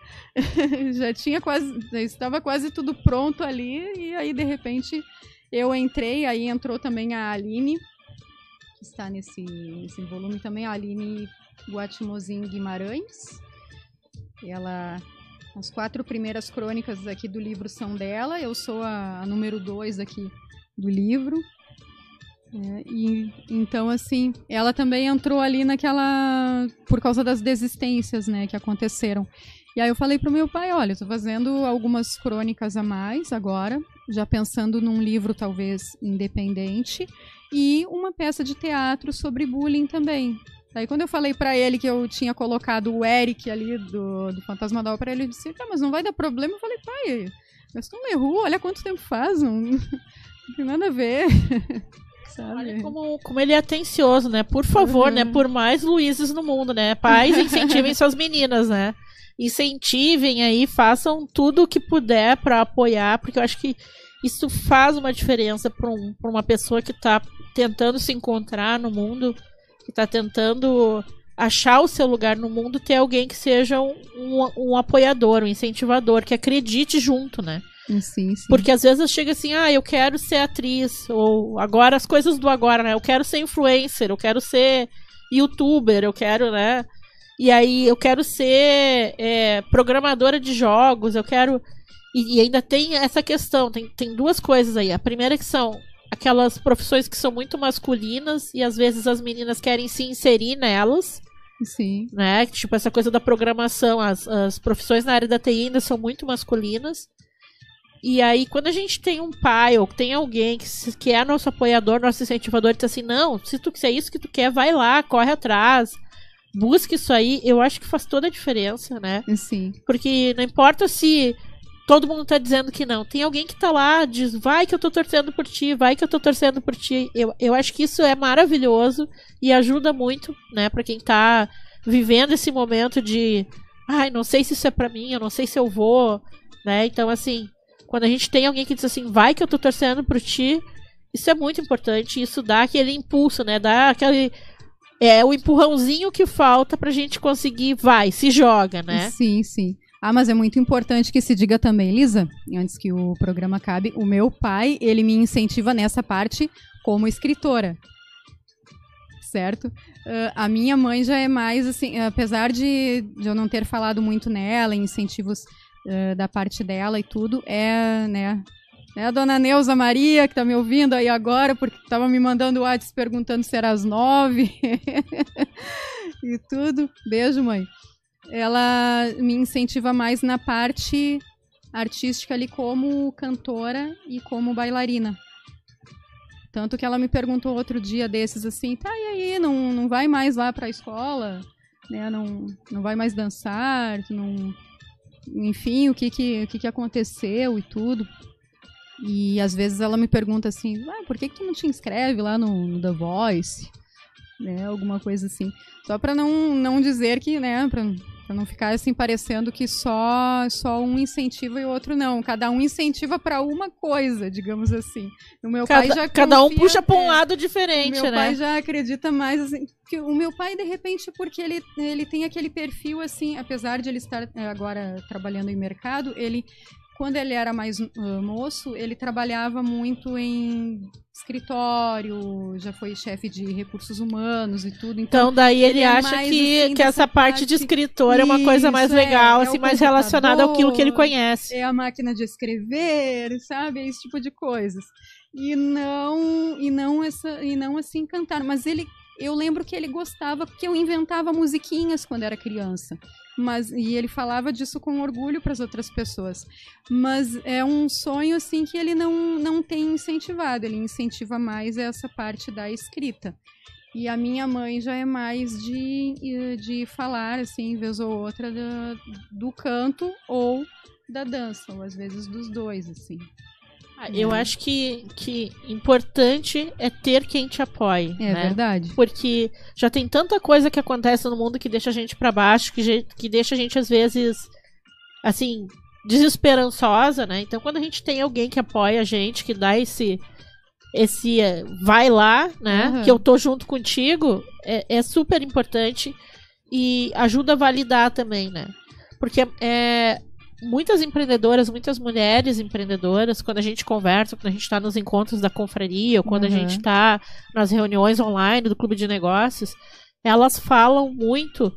Speaker 3: já tinha quase, já estava quase tudo pronto ali, e aí de repente eu entrei, aí entrou também a Aline, que está nesse, nesse volume também, a Aline Guatimozin Guimarães. Ela, as quatro primeiras crônicas aqui do livro são dela, eu sou a, a número dois aqui do livro. É, e, então, assim, ela também entrou ali naquela... por causa das desistências, né, que aconteceram. E aí eu falei pro meu pai, olha, eu tô fazendo algumas crônicas a mais agora, já pensando num livro talvez independente, e uma peça de teatro sobre bullying também. Daí quando eu falei pra ele que eu tinha colocado o Eric ali do, do Fantasma da Ópera, ele disse, tá, mas não vai dar problema. Eu falei, pai, Gaston Leroux, olha quanto tempo faz, não... Não tem nada a ver. Sabe?
Speaker 2: Olha como, como ele é atencioso, né? Por favor, uhum. né? Por mais Luíses no mundo, né? Pais, incentivem suas meninas, né? Incentivem aí, façam tudo o que puder pra apoiar, porque eu acho que isso faz uma diferença pra, um, pra uma pessoa que tá tentando se encontrar no mundo, que tá tentando achar o seu lugar no mundo, ter alguém que seja um, um, um apoiador, um incentivador, que acredite junto, né?
Speaker 3: Sim, sim.
Speaker 2: Porque às vezes chega assim, ah, eu quero ser atriz, ou agora, as coisas do agora, né? Eu quero ser influencer, eu quero ser youtuber, eu quero, né? E aí eu quero ser é, programadora de jogos, eu quero... E, e ainda tem essa questão, tem, tem duas coisas aí. A primeira que são aquelas profissões que são muito masculinas e às vezes as meninas querem se inserir nelas.
Speaker 3: Sim.
Speaker 2: Né? Tipo, essa coisa da programação, as, as profissões na área da T I ainda são muito masculinas. E aí, quando a gente tem um pai ou tem alguém que, que é nosso apoiador, nosso incentivador, e diz assim, não, se, tu, se é isso que tu quer, vai lá, corre atrás, busca isso aí, eu acho que faz toda a diferença, né?
Speaker 3: Sim.
Speaker 2: Porque não importa se todo mundo tá dizendo que não, tem alguém que tá lá, diz, vai que eu tô torcendo por ti, vai que eu tô torcendo por ti. Eu, eu acho que isso é maravilhoso e ajuda muito, né, pra quem tá vivendo esse momento de, ai, não sei se isso é pra mim, eu não sei se eu vou, né? Então, assim... Quando a gente tem alguém que diz assim, vai que eu tô torcendo por ti, isso é muito importante, isso dá aquele impulso, né? Dá aquele... É o empurrãozinho que falta pra gente conseguir, vai, se joga, né?
Speaker 3: Sim, sim. Ah, mas é muito importante que se diga também, Lisa, antes que o programa acabe, o meu pai, ele me incentiva nessa parte como escritora. Certo? Uh, a minha mãe já é mais, assim, apesar de, de eu não ter falado muito nela, em incentivos... Uh, da parte dela e tudo, é, né, é a dona Neuza Maria, que tá me ouvindo aí agora, porque tava me mandando o WhatsApp perguntando se era às nove e tudo. Beijo, mãe. Ela me incentiva mais na parte artística ali como cantora e como bailarina. Tanto que ela me perguntou outro dia desses assim, tá, e aí, não, não vai mais lá pra escola? Né, não, não vai mais dançar? Não... Enfim, o que que, o que que aconteceu e tudo. E às vezes ela me pergunta assim, ah, por que que tu não te inscreve lá no, no The Voice? Né, alguma coisa assim. Só pra não, não dizer que, né, pra, pra não ficar assim parecendo que só, só um incentiva e o outro não. Cada um incentiva pra uma coisa, digamos assim. O meu
Speaker 2: cada,
Speaker 3: pai já
Speaker 2: cada
Speaker 3: confia,
Speaker 2: um puxa pra um
Speaker 3: é,
Speaker 2: lado diferente,
Speaker 3: o meu
Speaker 2: né?
Speaker 3: pai já acredita mais assim, que o meu pai de repente porque ele, ele tem aquele perfil assim, apesar de ele estar agora trabalhando em mercado, ele quando ele era mais uh, moço, ele trabalhava muito em escritório, já foi chefe de recursos humanos e tudo. Então,
Speaker 2: então daí ele, ele
Speaker 3: é
Speaker 2: acha
Speaker 3: mais,
Speaker 2: que,
Speaker 3: assim,
Speaker 2: que essa parte, parte de escritor é uma coisa mais
Speaker 3: é,
Speaker 2: legal,
Speaker 3: é
Speaker 2: assim, mais relacionada àquilo que ele conhece.
Speaker 3: É a máquina de escrever, sabe? Esse tipo de coisas. E não, e não, essa, e não assim cantar. Mas ele, eu lembro que ele gostava porque eu inventava musiquinhas quando era criança. Mas, e ele falava disso com orgulho para as outras pessoas. Mas é um sonho assim que ele não, não tem incentivado. Ele incentiva mais essa parte da escrita. E a minha mãe já é mais de, de falar, assim, vez ou outra, do, do canto ou da dança. Ou às vezes dos dois, assim.
Speaker 2: Eu hum. acho que, que importante é ter quem te apoie.
Speaker 3: É, né? Verdade.
Speaker 2: Porque já tem tanta coisa que acontece no mundo que deixa a gente pra baixo, que, que deixa a gente, às vezes, assim, desesperançosa, né? Então, quando a gente tem alguém que apoia a gente, que dá esse... esse vai lá, né? Uhum. Que eu tô junto contigo, é, é super importante e ajuda a validar também, né? Porque é... muitas empreendedoras, muitas mulheres empreendedoras, quando a gente conversa, quando a gente está nos encontros da confraria, ou quando uhum. a gente está nas reuniões online do Clube de Negócios, elas falam muito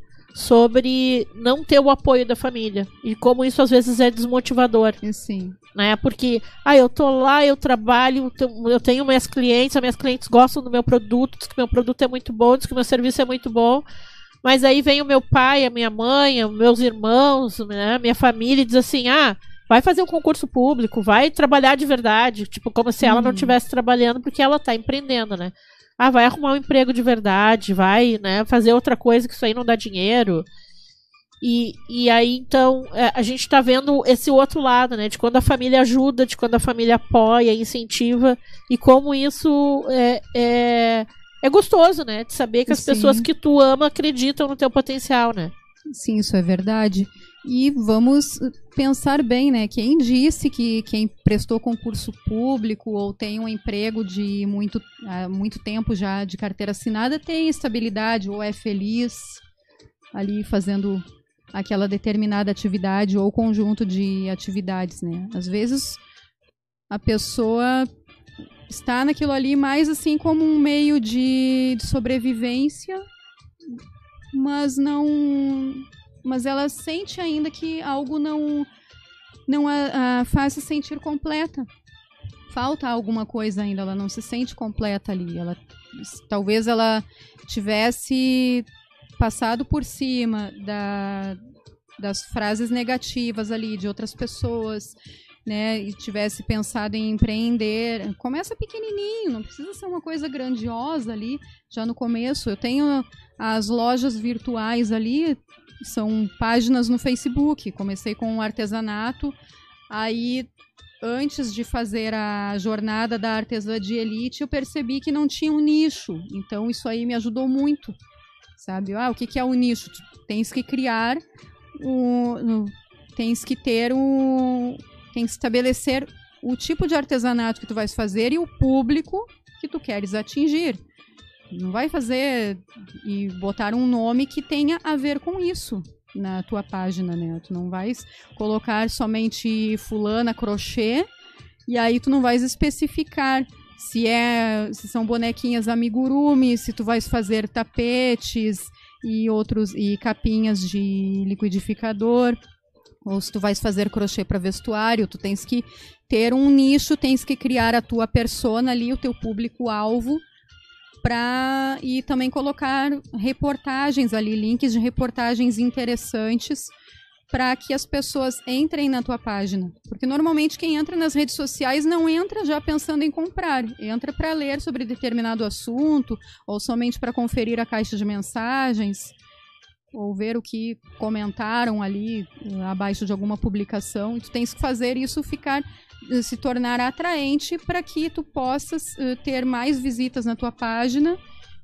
Speaker 2: sobre não ter o apoio da família e como isso às vezes é desmotivador.
Speaker 3: Sim.
Speaker 2: Né? Porque, ah, eu tô lá, eu trabalho, eu tenho minhas clientes, as minhas clientes gostam do meu produto, diz que meu produto é muito bom, diz que meu serviço é muito bom. Mas aí vem o meu pai, a minha mãe, os meus irmãos, né, minha família, e diz assim, ah, vai fazer um concurso público, vai trabalhar de verdade. Tipo, como se ela hum. não estivesse trabalhando porque ela está empreendendo, né? Ah, vai arrumar um emprego de verdade, vai, né, fazer outra coisa que isso aí não dá dinheiro. E, e aí, então, a gente tá vendo esse outro lado, né? De quando a família ajuda, de quando a família apoia, incentiva, e como isso é, é, é gostoso, né? De saber que as Sim. pessoas que tu ama acreditam no teu potencial, né?
Speaker 3: Sim, isso é verdade. E vamos pensar bem, né? Quem disse que quem prestou concurso público ou tem um emprego de muito, há muito tempo já de carteira assinada tem estabilidade ou é feliz ali fazendo aquela determinada atividade ou conjunto de atividades, né? Às vezes a pessoa está naquilo ali mais assim como um meio de, de sobrevivência, mas não... mas ela sente ainda que algo não, não a, a faz se sentir completa. Falta alguma coisa ainda, ela não se sente completa ali. Ela, talvez ela tivesse passado por cima da, das frases negativas ali de outras pessoas, né, e tivesse pensado em empreender. Começa pequenininho, não precisa ser uma coisa grandiosa ali, já no começo. Eu tenho as lojas virtuais ali, são páginas no Facebook. Comecei com artesanato, aí antes de fazer a jornada da artesã de elite, eu percebi que não tinha um nicho. Então isso aí me ajudou muito, sabe? Ah, o que, que é o nicho? Tu tens que criar, um, tens que ter um, tens que estabelecer o tipo de artesanato que tu vais fazer e o público que tu queres atingir. Não vai fazer e botar um nome que tenha a ver com isso na tua página, né? Tu não vais colocar somente fulana crochê e aí tu não vais especificar se é, se são bonequinhas amigurumi, se tu vais fazer tapetes e outros e capinhas de liquidificador, ou se tu vais fazer crochê para vestuário. Tu tens que ter um nicho, tens que criar a tua persona ali, o teu público-alvo, Pra, e também colocar reportagens ali, links de reportagens interessantes para que as pessoas entrem na tua página. Porque normalmente quem entra nas redes sociais não entra já pensando em comprar, entra para ler sobre determinado assunto, ou somente para conferir a caixa de mensagens, ou ver o que comentaram ali abaixo de alguma publicação. E tu tens que fazer isso ficar... se tornar atraente para que tu possas uh, ter mais visitas na tua página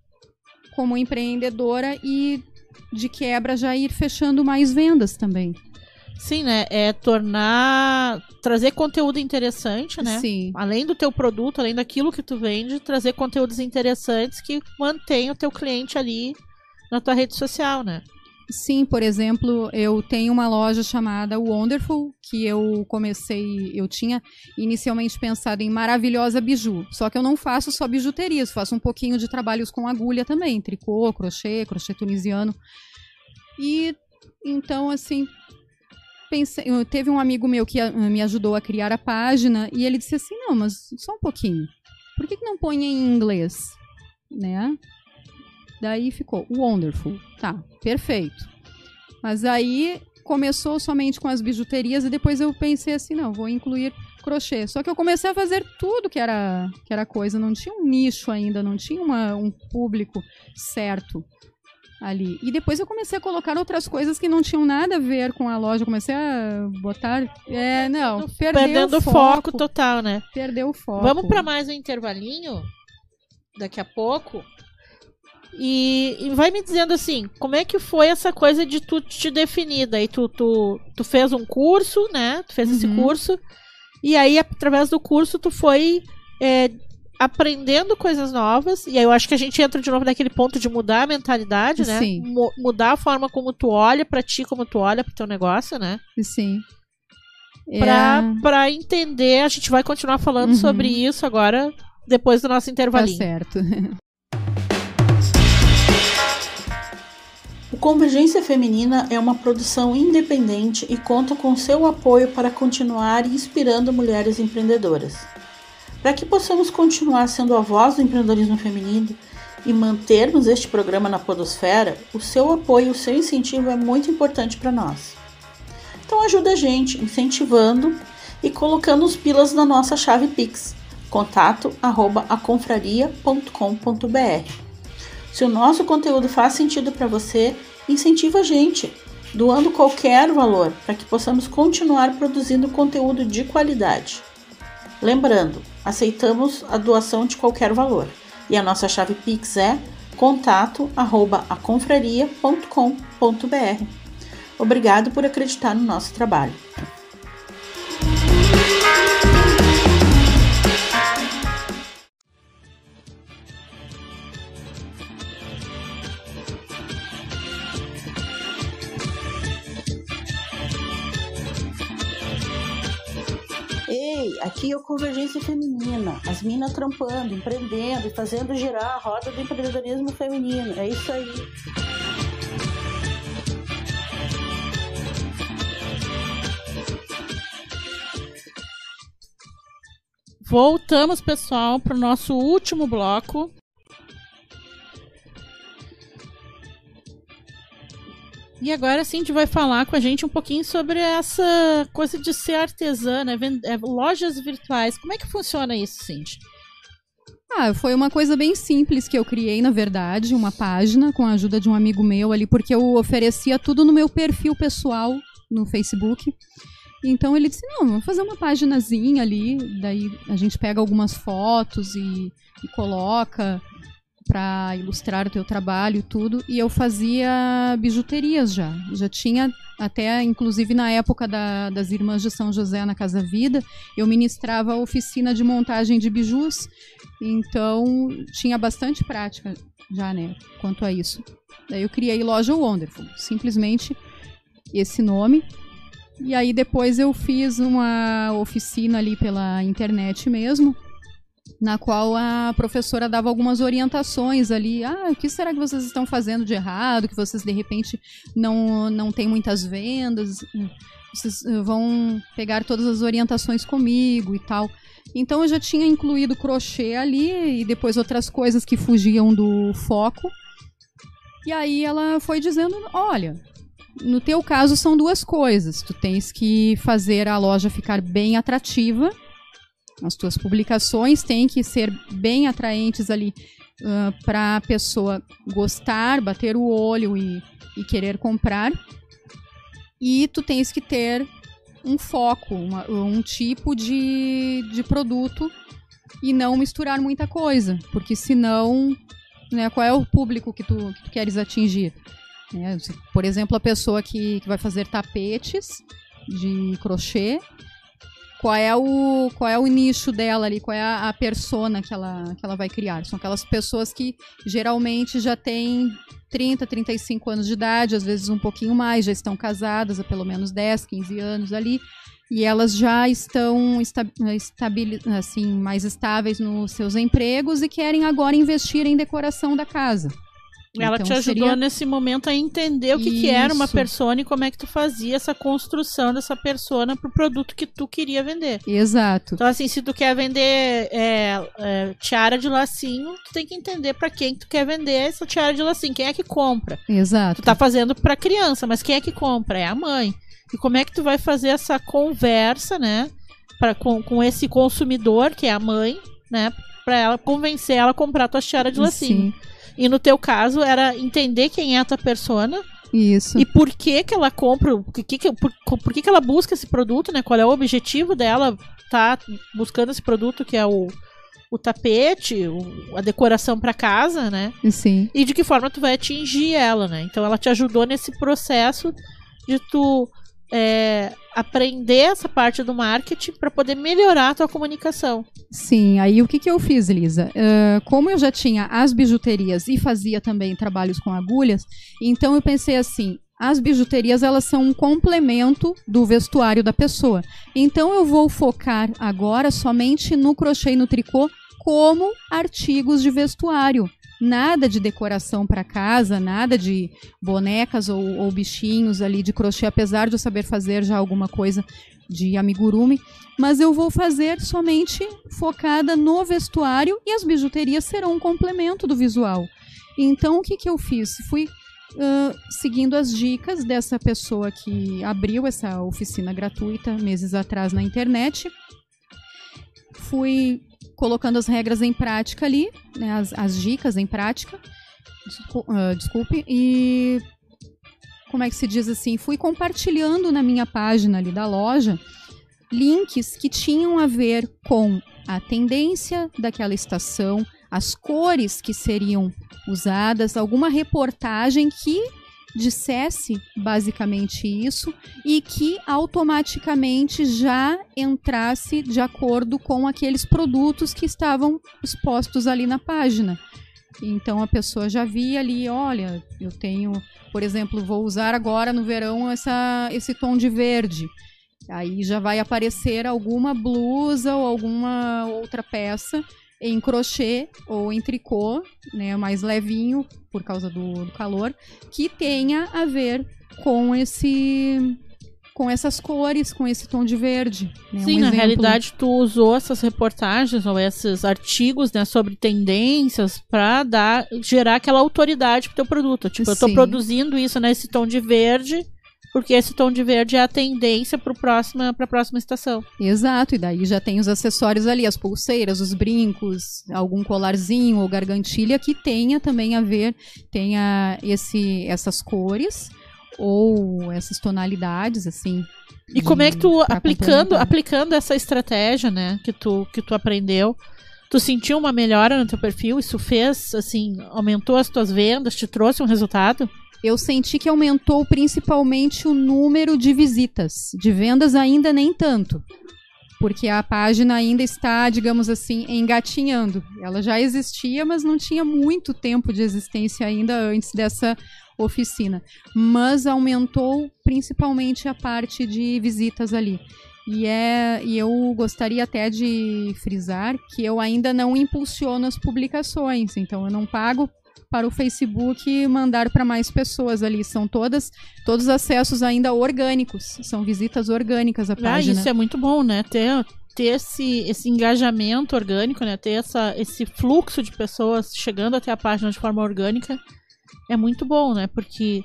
Speaker 3: como empreendedora e de quebra já ir fechando mais vendas também.
Speaker 2: Sim, né? É tornar... trazer conteúdo interessante, né?
Speaker 3: Sim.
Speaker 2: Além do teu produto, além daquilo que tu vende, trazer conteúdos interessantes que mantenham o teu cliente ali na tua rede social, né?
Speaker 3: Sim, por exemplo, eu tenho uma loja chamada Wonderful, que eu comecei, eu tinha inicialmente pensado em Maravilhosa Biju, só que eu não faço só bijuterias, faço um pouquinho de trabalhos com agulha também, tricô, crochê, crochê tunisiano. E então, assim, pensei, teve um amigo meu que me ajudou a criar a página e ele disse assim, não, mas só um pouquinho, por que que não põe em inglês, né? Daí ficou Wonderful. Tá, perfeito. Mas aí começou somente com as bijuterias e depois eu pensei assim, não, vou incluir crochê. Só que eu comecei a fazer tudo que era, que era coisa, não tinha um nicho ainda, não tinha uma, um público certo ali. E depois eu comecei a colocar outras coisas que não tinham nada a ver com a loja. Comecei a botar... É, não, perdeu
Speaker 2: Perdendo
Speaker 3: o
Speaker 2: foco. foco total, né?
Speaker 3: Perdeu o foco.
Speaker 2: Vamos para mais um intervalinho daqui a pouco. E, e vai me dizendo assim, como é que foi essa coisa de tu te definir? Daí tu, tu, tu fez um curso, né? Tu fez uhum. esse curso. E aí, através do curso, tu foi é, aprendendo coisas novas. E aí eu acho que a gente entra de novo naquele ponto de mudar a mentalidade, né?
Speaker 3: Sim.
Speaker 2: M- mudar a forma como tu olha pra ti, como tu olha pro teu negócio, né?
Speaker 3: Sim.
Speaker 2: Pra,
Speaker 3: é...
Speaker 2: pra entender, a gente vai continuar falando uhum. sobre isso agora, depois do nosso intervalinho.
Speaker 3: Tá certo.
Speaker 1: O Convergência Feminina é uma produção independente e conta com seu apoio para continuar inspirando mulheres empreendedoras. Para que possamos continuar sendo a voz do empreendedorismo feminino e mantermos este programa na podosfera, o seu apoio e o seu incentivo é muito importante para nós. Então ajuda a gente incentivando e colocando os pilas na nossa chave Pix, contato arroba a confraria ponto com ponto b r. Se o nosso conteúdo faz sentido para você, incentiva a gente. doando qualquer valor para que possamos continuar produzindo conteúdo de qualidade. Lembrando, aceitamos a doação de qualquer valor e a nossa chave Pix é contato arroba a confraria ponto com ponto br. Obrigado por acreditar no nosso trabalho. Ei, aqui é o Convergência Feminina, as minas trampando, empreendendo e fazendo girar a roda do empreendedorismo feminino, é isso aí.
Speaker 2: Voltamos, pessoal, para o nosso último bloco. E agora sim a gente vai falar com a gente um pouquinho sobre essa coisa de ser artesã, né? Lojas virtuais. Como é que funciona isso, Cindy?
Speaker 3: Ah, foi uma coisa bem simples que eu criei, na verdade, uma página com a ajuda de um amigo meu ali, porque eu oferecia tudo no meu perfil pessoal no Facebook. Então ele disse, não, vamos fazer uma paginazinha ali, daí a gente pega algumas fotos e, e coloca para ilustrar o teu trabalho e tudo, e eu fazia bijuterias já, já tinha até, inclusive na época da, das Irmãs de São José na Casa Vida, eu ministrava a oficina de montagem de bijus, então tinha bastante prática já, né, quanto a isso. Daí eu criei Loja Wonderful, simplesmente esse nome, e aí depois eu fiz uma oficina ali pela internet mesmo, na qual a professora dava algumas orientações ali. Ah, o que será que vocês estão fazendo de errado? Que vocês, de repente, não, não têm muitas vendas. Vocês vão pegar todas as orientações comigo e tal. Então, eu já tinha incluído crochê ali e depois outras coisas que fugiam do foco. E aí ela foi dizendo, olha, no teu caso são duas coisas. Tu tens que fazer a loja ficar bem atrativa. As tuas publicações têm que ser bem atraentes ali uh, para a pessoa gostar, bater o olho e, e querer comprar. E tu tens que ter um foco, uma, um tipo de, de produto e não misturar muita coisa. Porque senão, né, qual é o público que tu, que tu queres atingir? É, por exemplo, a pessoa que, que vai fazer tapetes de crochê, Qual é, o, qual é o nicho dela ali, qual é a, a persona que ela, que ela vai criar. São aquelas pessoas que geralmente já têm trinta, trinta e cinco anos de idade, às vezes um pouquinho mais, já estão casadas há pelo menos dez, quinze anos ali, e elas já estão esta, estabil, assim, mais estáveis nos seus empregos e querem agora investir em decoração da casa.
Speaker 2: Ela
Speaker 3: então,
Speaker 2: te ajudou
Speaker 3: seria...
Speaker 2: nesse momento a entender o que, que era uma persona e como é que tu fazia essa construção dessa persona pro produto que tu queria vender.
Speaker 3: Exato.
Speaker 2: Então, assim, se tu quer vender é, é, tiara de lacinho, tu tem que entender pra quem tu quer vender essa tiara de lacinho, quem é que compra.
Speaker 3: Exato.
Speaker 2: Tu tá fazendo pra criança, mas quem é que compra? É a mãe. E como é que tu vai fazer essa conversa, né, pra, com, com esse consumidor, que é a mãe, né, pra ela convencer ela a comprar tua tiara de lacinho. Sim. E no teu caso, era entender quem é a tua persona.
Speaker 3: Isso.
Speaker 2: E por que que ela compra, por que que, por, por que que ela busca esse produto, né? Qual é o objetivo dela tá buscando esse produto, que é o, o tapete, o, a decoração para casa, né?
Speaker 3: Sim.
Speaker 2: E de que forma tu vai atingir ela, né? Então ela te ajudou nesse processo de tu é, aprender essa parte do marketing para poder melhorar a tua comunicação.
Speaker 3: Sim, aí o que, que eu fiz, Lisa? Uh, como eu já tinha as bijuterias e fazia também trabalhos com agulhas, então eu pensei assim, as bijuterias elas são um complemento do vestuário da pessoa. Então eu vou focar agora somente no crochê e no tricô como artigos de vestuário. Nada de decoração para casa, nada de bonecas ou, ou bichinhos ali de crochê, apesar de eu saber fazer já alguma coisa de amigurumi, mas eu vou fazer somente focada no vestuário e as bijuterias serão um complemento do visual. Então, o que, que eu fiz? Fui uh, seguindo as dicas dessa pessoa que abriu essa oficina gratuita meses atrás na internet. Fui colocando as regras em prática ali, né, as, as dicas em prática, desculpe, e como é que se diz assim, fui compartilhando na minha página ali da loja links que tinham a ver com a tendência daquela estação, as cores que seriam usadas, alguma reportagem que dissesse basicamente isso e que automaticamente já entrasse de acordo com aqueles produtos que estavam expostos ali na página. Então a pessoa já via ali, olha, eu tenho, por exemplo, vou usar agora no verão essa, esse tom de verde. Aí já vai aparecer alguma blusa ou alguma outra peça em crochê ou em tricô, né, mais levinho por causa do, do calor, que tenha a ver com esse, com essas cores, com esse tom de verde. Né?
Speaker 2: Sim,
Speaker 3: um
Speaker 2: na
Speaker 3: exemplo...
Speaker 2: realidade tu usou essas reportagens ou esses artigos, né, sobre tendências para dar, gerar aquela autoridade pro teu produto. Tipo, eu tô
Speaker 3: Sim.
Speaker 2: produzindo isso nesse tom de verde, porque esse tom de verde é a tendência para a próxima estação.
Speaker 3: Exato, e daí já tem os acessórios ali, as pulseiras, os brincos, algum colarzinho ou gargantilha que tenha também a ver, tenha esse, essas cores ou essas tonalidades, assim.
Speaker 2: E como é que tu,
Speaker 3: pra
Speaker 2: aplicando,
Speaker 3: complementar.
Speaker 2: aplicando essa estratégia, né, que tu, que tu aprendeu, tu sentiu uma melhora no teu perfil? Isso fez, assim, aumentou as tuas vendas, te trouxe um resultado?
Speaker 3: Eu senti que aumentou principalmente o número de visitas. De vendas ainda nem tanto. Porque a página ainda está, digamos assim, engatinhando. Ela já existia, mas não tinha muito tempo de existência ainda antes dessa oficina. Mas aumentou principalmente a parte de visitas ali. E, é, e eu gostaria até de frisar que eu ainda não impulsiono as publicações. Então eu não pago para o Facebook mandar para mais pessoas ali. São todas, todos acessos ainda orgânicos. São visitas orgânicas à página.
Speaker 2: Ah, isso é muito bom, né? Ter, ter esse, esse engajamento orgânico, né? Ter essa, esse fluxo de pessoas chegando até a página de forma orgânica é muito bom, né? Porque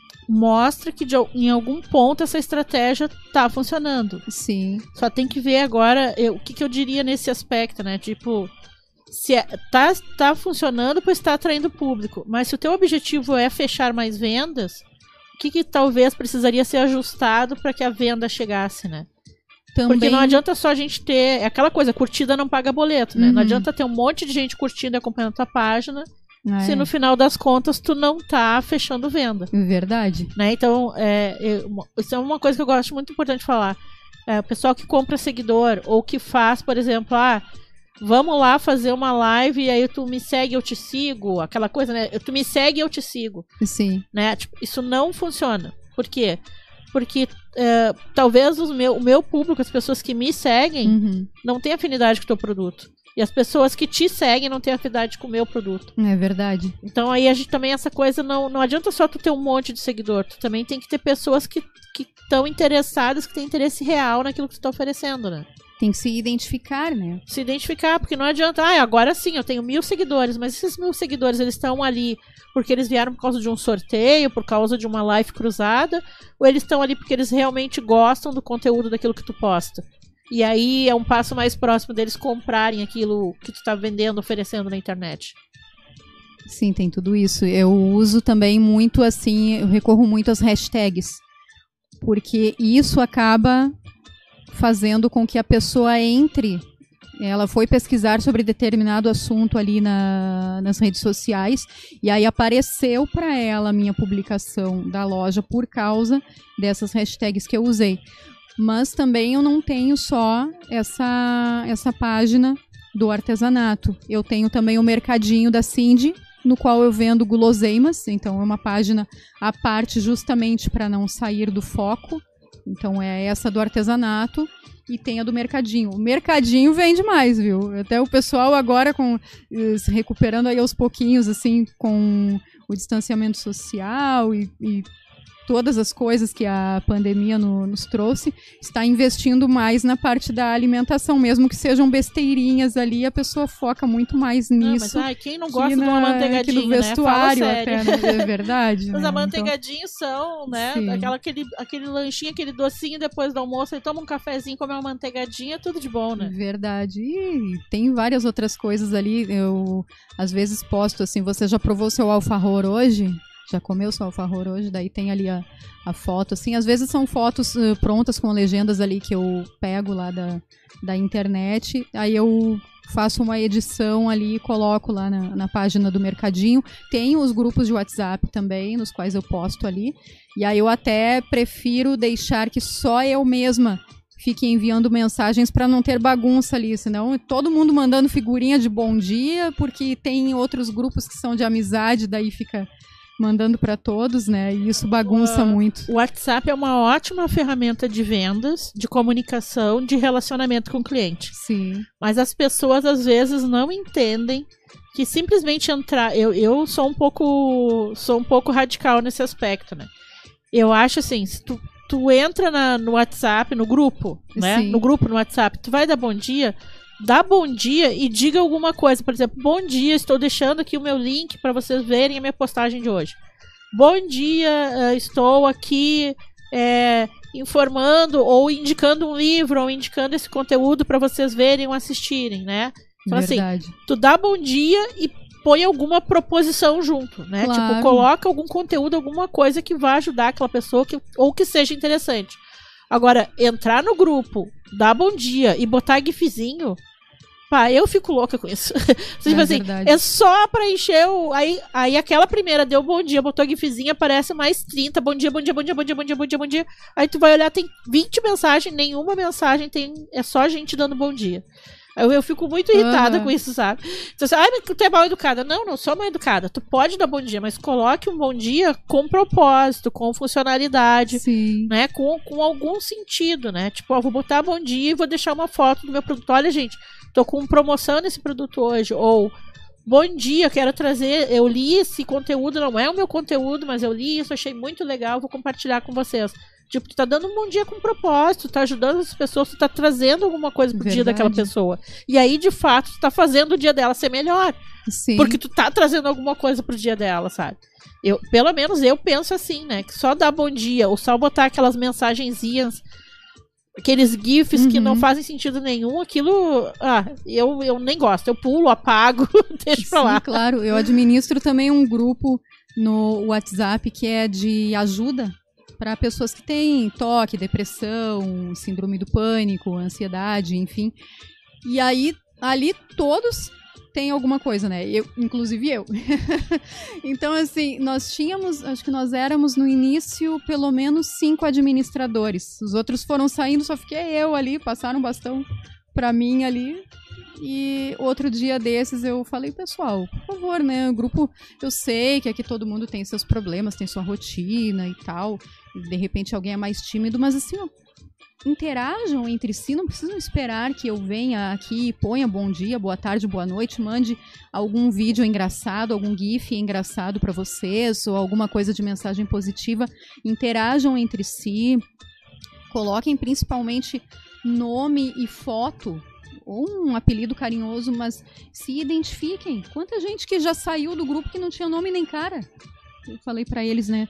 Speaker 2: mostra que de, em algum ponto essa estratégia tá funcionando.
Speaker 3: Sim.
Speaker 2: Só tem que ver agora eu, o que, que eu diria nesse aspecto, né? Tipo, se é, tá, tá funcionando, pois está atraindo público. Mas se o teu objetivo é fechar mais vendas, o que, que talvez precisaria ser ajustado para que a venda chegasse, né?
Speaker 3: Também...
Speaker 2: Porque não adianta só a gente ter... É aquela coisa, curtida não paga boleto, né?
Speaker 3: Uhum.
Speaker 2: Não adianta ter um monte de gente curtindo e acompanhando a tua página,
Speaker 3: Ah,
Speaker 2: se
Speaker 3: é.
Speaker 2: no final das contas tu não tá fechando venda.
Speaker 3: Verdade.
Speaker 2: Né? Então, é, é, isso é uma coisa que eu gosto muito importante de falar. É, o pessoal que compra seguidor, ou que faz, por exemplo, ah, vamos lá fazer uma live e aí tu me segue, eu te sigo, aquela coisa, né? Tu me segue, eu te sigo.
Speaker 3: Sim.
Speaker 2: Né? Tipo, isso não funciona. Por quê? Porque é, talvez os meu, o meu público, as pessoas que me seguem,
Speaker 3: Uhum.
Speaker 2: não têm afinidade com o teu produto. E as pessoas que te seguem não têm afinidade com o meu produto.
Speaker 3: É verdade.
Speaker 2: Então aí a gente também, essa coisa, não, não adianta só tu ter um monte de seguidor. Tu também tem que ter pessoas que estão interessadas, que têm interesse real naquilo que tu tá oferecendo, né?
Speaker 3: Tem que se identificar, né?
Speaker 2: Se identificar, porque não adianta, ah, agora sim, eu tenho mil seguidores, mas esses mil seguidores, eles estão ali porque eles vieram por causa de um sorteio, por causa de uma live cruzada, ou eles estão ali porque eles realmente gostam do conteúdo daquilo que tu posta? E aí é um passo mais próximo deles comprarem aquilo que tu tá vendendo, oferecendo na internet.
Speaker 3: Sim, tem tudo isso. Eu uso também muito, assim, eu recorro muito às hashtags, porque isso acaba fazendo com que a pessoa entre, ela foi pesquisar sobre determinado assunto ali na, nas redes sociais, e aí apareceu para ela a minha publicação da loja por causa dessas hashtags que eu usei. Mas também eu não tenho só essa, essa página do artesanato. Eu tenho também o mercadinho da Cindy, no qual eu vendo guloseimas. Então é uma página à parte justamente para não sair do foco. Então é essa do artesanato e tem a do mercadinho. O mercadinho vende mais, viu? Até o pessoal agora com, se recuperando aí aos pouquinhos, assim, com o distanciamento social e... e todas as coisas que a pandemia no, nos trouxe, está investindo mais na parte da alimentação, mesmo que sejam besteirinhas ali, a pessoa foca muito mais nisso.
Speaker 2: Não, mas ai, quem não gosta
Speaker 3: na,
Speaker 2: de uma manteigadinha,
Speaker 3: no vestuário,
Speaker 2: né?
Speaker 3: até, né? É verdade.
Speaker 2: Mas
Speaker 3: né?
Speaker 2: a manteigadinhos então, são, né? Aquela, aquele, aquele lanchinho, aquele docinho depois do almoço, aí toma um cafezinho, come uma manteigadinha, tudo de bom, né?
Speaker 3: Verdade. E tem várias outras coisas ali. Eu, às vezes, posto assim, você já provou seu alfajor hoje? já comeu seu alfajor hoje? Daí tem ali a, a foto, assim, às vezes são fotos uh, prontas com legendas ali que eu pego lá da, da internet, aí eu faço uma edição ali e coloco lá na, na página do Mercadinho. Tem os grupos de WhatsApp também, nos quais eu posto ali, e aí eu até prefiro deixar que só eu mesma fique enviando mensagens para não ter bagunça ali, senão todo mundo mandando figurinha de bom dia, porque tem outros grupos que são de amizade, daí fica mandando para todos, né? E isso bagunça uh, muito.
Speaker 2: O WhatsApp é uma ótima ferramenta de vendas, de comunicação, de relacionamento com o cliente.
Speaker 3: Sim.
Speaker 2: Mas as pessoas às vezes não entendem que simplesmente entrar, eu, eu sou um pouco sou um pouco radical nesse aspecto, né? Eu acho assim, se tu tu entra na, no WhatsApp, no grupo, né?
Speaker 3: Sim.
Speaker 2: No grupo, no WhatsApp, tu vai dar bom dia, dá bom dia e diga alguma coisa. Por exemplo, bom dia, estou deixando aqui o meu link para vocês verem a minha postagem de hoje. Bom dia, estou aqui é, informando ou indicando um livro ou indicando esse conteúdo para vocês verem ou assistirem, né? Então,
Speaker 3: Verdade.
Speaker 2: assim, tu dá bom dia e põe alguma proposição junto, né?
Speaker 3: Claro.
Speaker 2: Tipo, coloca algum conteúdo, alguma coisa que vai ajudar aquela pessoa que, ou que seja interessante. Agora, entrar no grupo, dar bom dia e botar gifzinho, pá, eu fico louca com isso. Tipo
Speaker 3: é,
Speaker 2: assim, é só pra encher o... Aí, aí aquela primeira deu bom dia, botou gifzinho, aparece mais trinta, bom dia, bom dia, bom dia, bom dia, bom dia, bom dia, bom dia. Aí tu vai olhar, tem vinte mensagens, nenhuma mensagem tem... É só gente dando bom dia. Eu, eu fico muito irritada uhum. com isso, sabe? Então, assim, ah, mas tu é mal educada. Não, não sou mal educada. Tu pode dar bom dia, mas coloque um bom dia com propósito, com funcionalidade,
Speaker 3: Sim.
Speaker 2: né? Com, com algum sentido, né? Tipo, ó, vou botar bom dia e vou deixar uma foto do meu produto. Olha, gente, tô com promoção nesse produto hoje. Ou, bom dia, quero trazer... Eu li esse conteúdo, não é o meu conteúdo, mas eu li isso, achei muito legal, vou compartilhar com vocês. Tipo, tu tá dando um bom dia com propósito, tu tá ajudando as pessoas, tu tá trazendo alguma coisa pro Verdade. Dia daquela pessoa. E aí, de fato, tu tá fazendo o dia dela ser melhor.
Speaker 3: Sim.
Speaker 2: Porque tu tá trazendo alguma coisa pro dia dela, sabe? Eu, pelo menos eu penso assim, né? Que só dar bom dia, ou só botar aquelas mensagenzinhas, aqueles gifs uhum. que não fazem sentido nenhum, aquilo, ah, eu, eu nem gosto. Eu pulo, apago, deixo pra lá.
Speaker 3: Sim, claro. Eu administro também um grupo no WhatsApp que é de ajuda para pessoas que têm toque, depressão, síndrome do pânico, ansiedade, enfim. E aí, ali todos têm alguma coisa, né? Eu, inclusive eu. Então, assim, nós tínhamos, acho que nós éramos no início pelo menos cinco administradores. Os outros foram saindo, só fiquei eu ali, passaram um bastão para mim ali. E outro dia desses eu falei, pessoal, por favor, né, o grupo, eu sei que aqui todo mundo tem seus problemas, tem sua rotina e tal, e de repente alguém é mais tímido, mas assim, ó, interajam entre si, não precisam esperar que eu venha aqui e ponha bom dia, boa tarde, boa noite, mande algum vídeo engraçado, algum gif engraçado para vocês, ou alguma coisa de mensagem positiva, interajam entre si, coloquem principalmente nome e foto, ou um apelido carinhoso, mas se identifiquem. Quanta gente que já saiu do grupo que não tinha nome nem cara. Eu falei pra eles, né?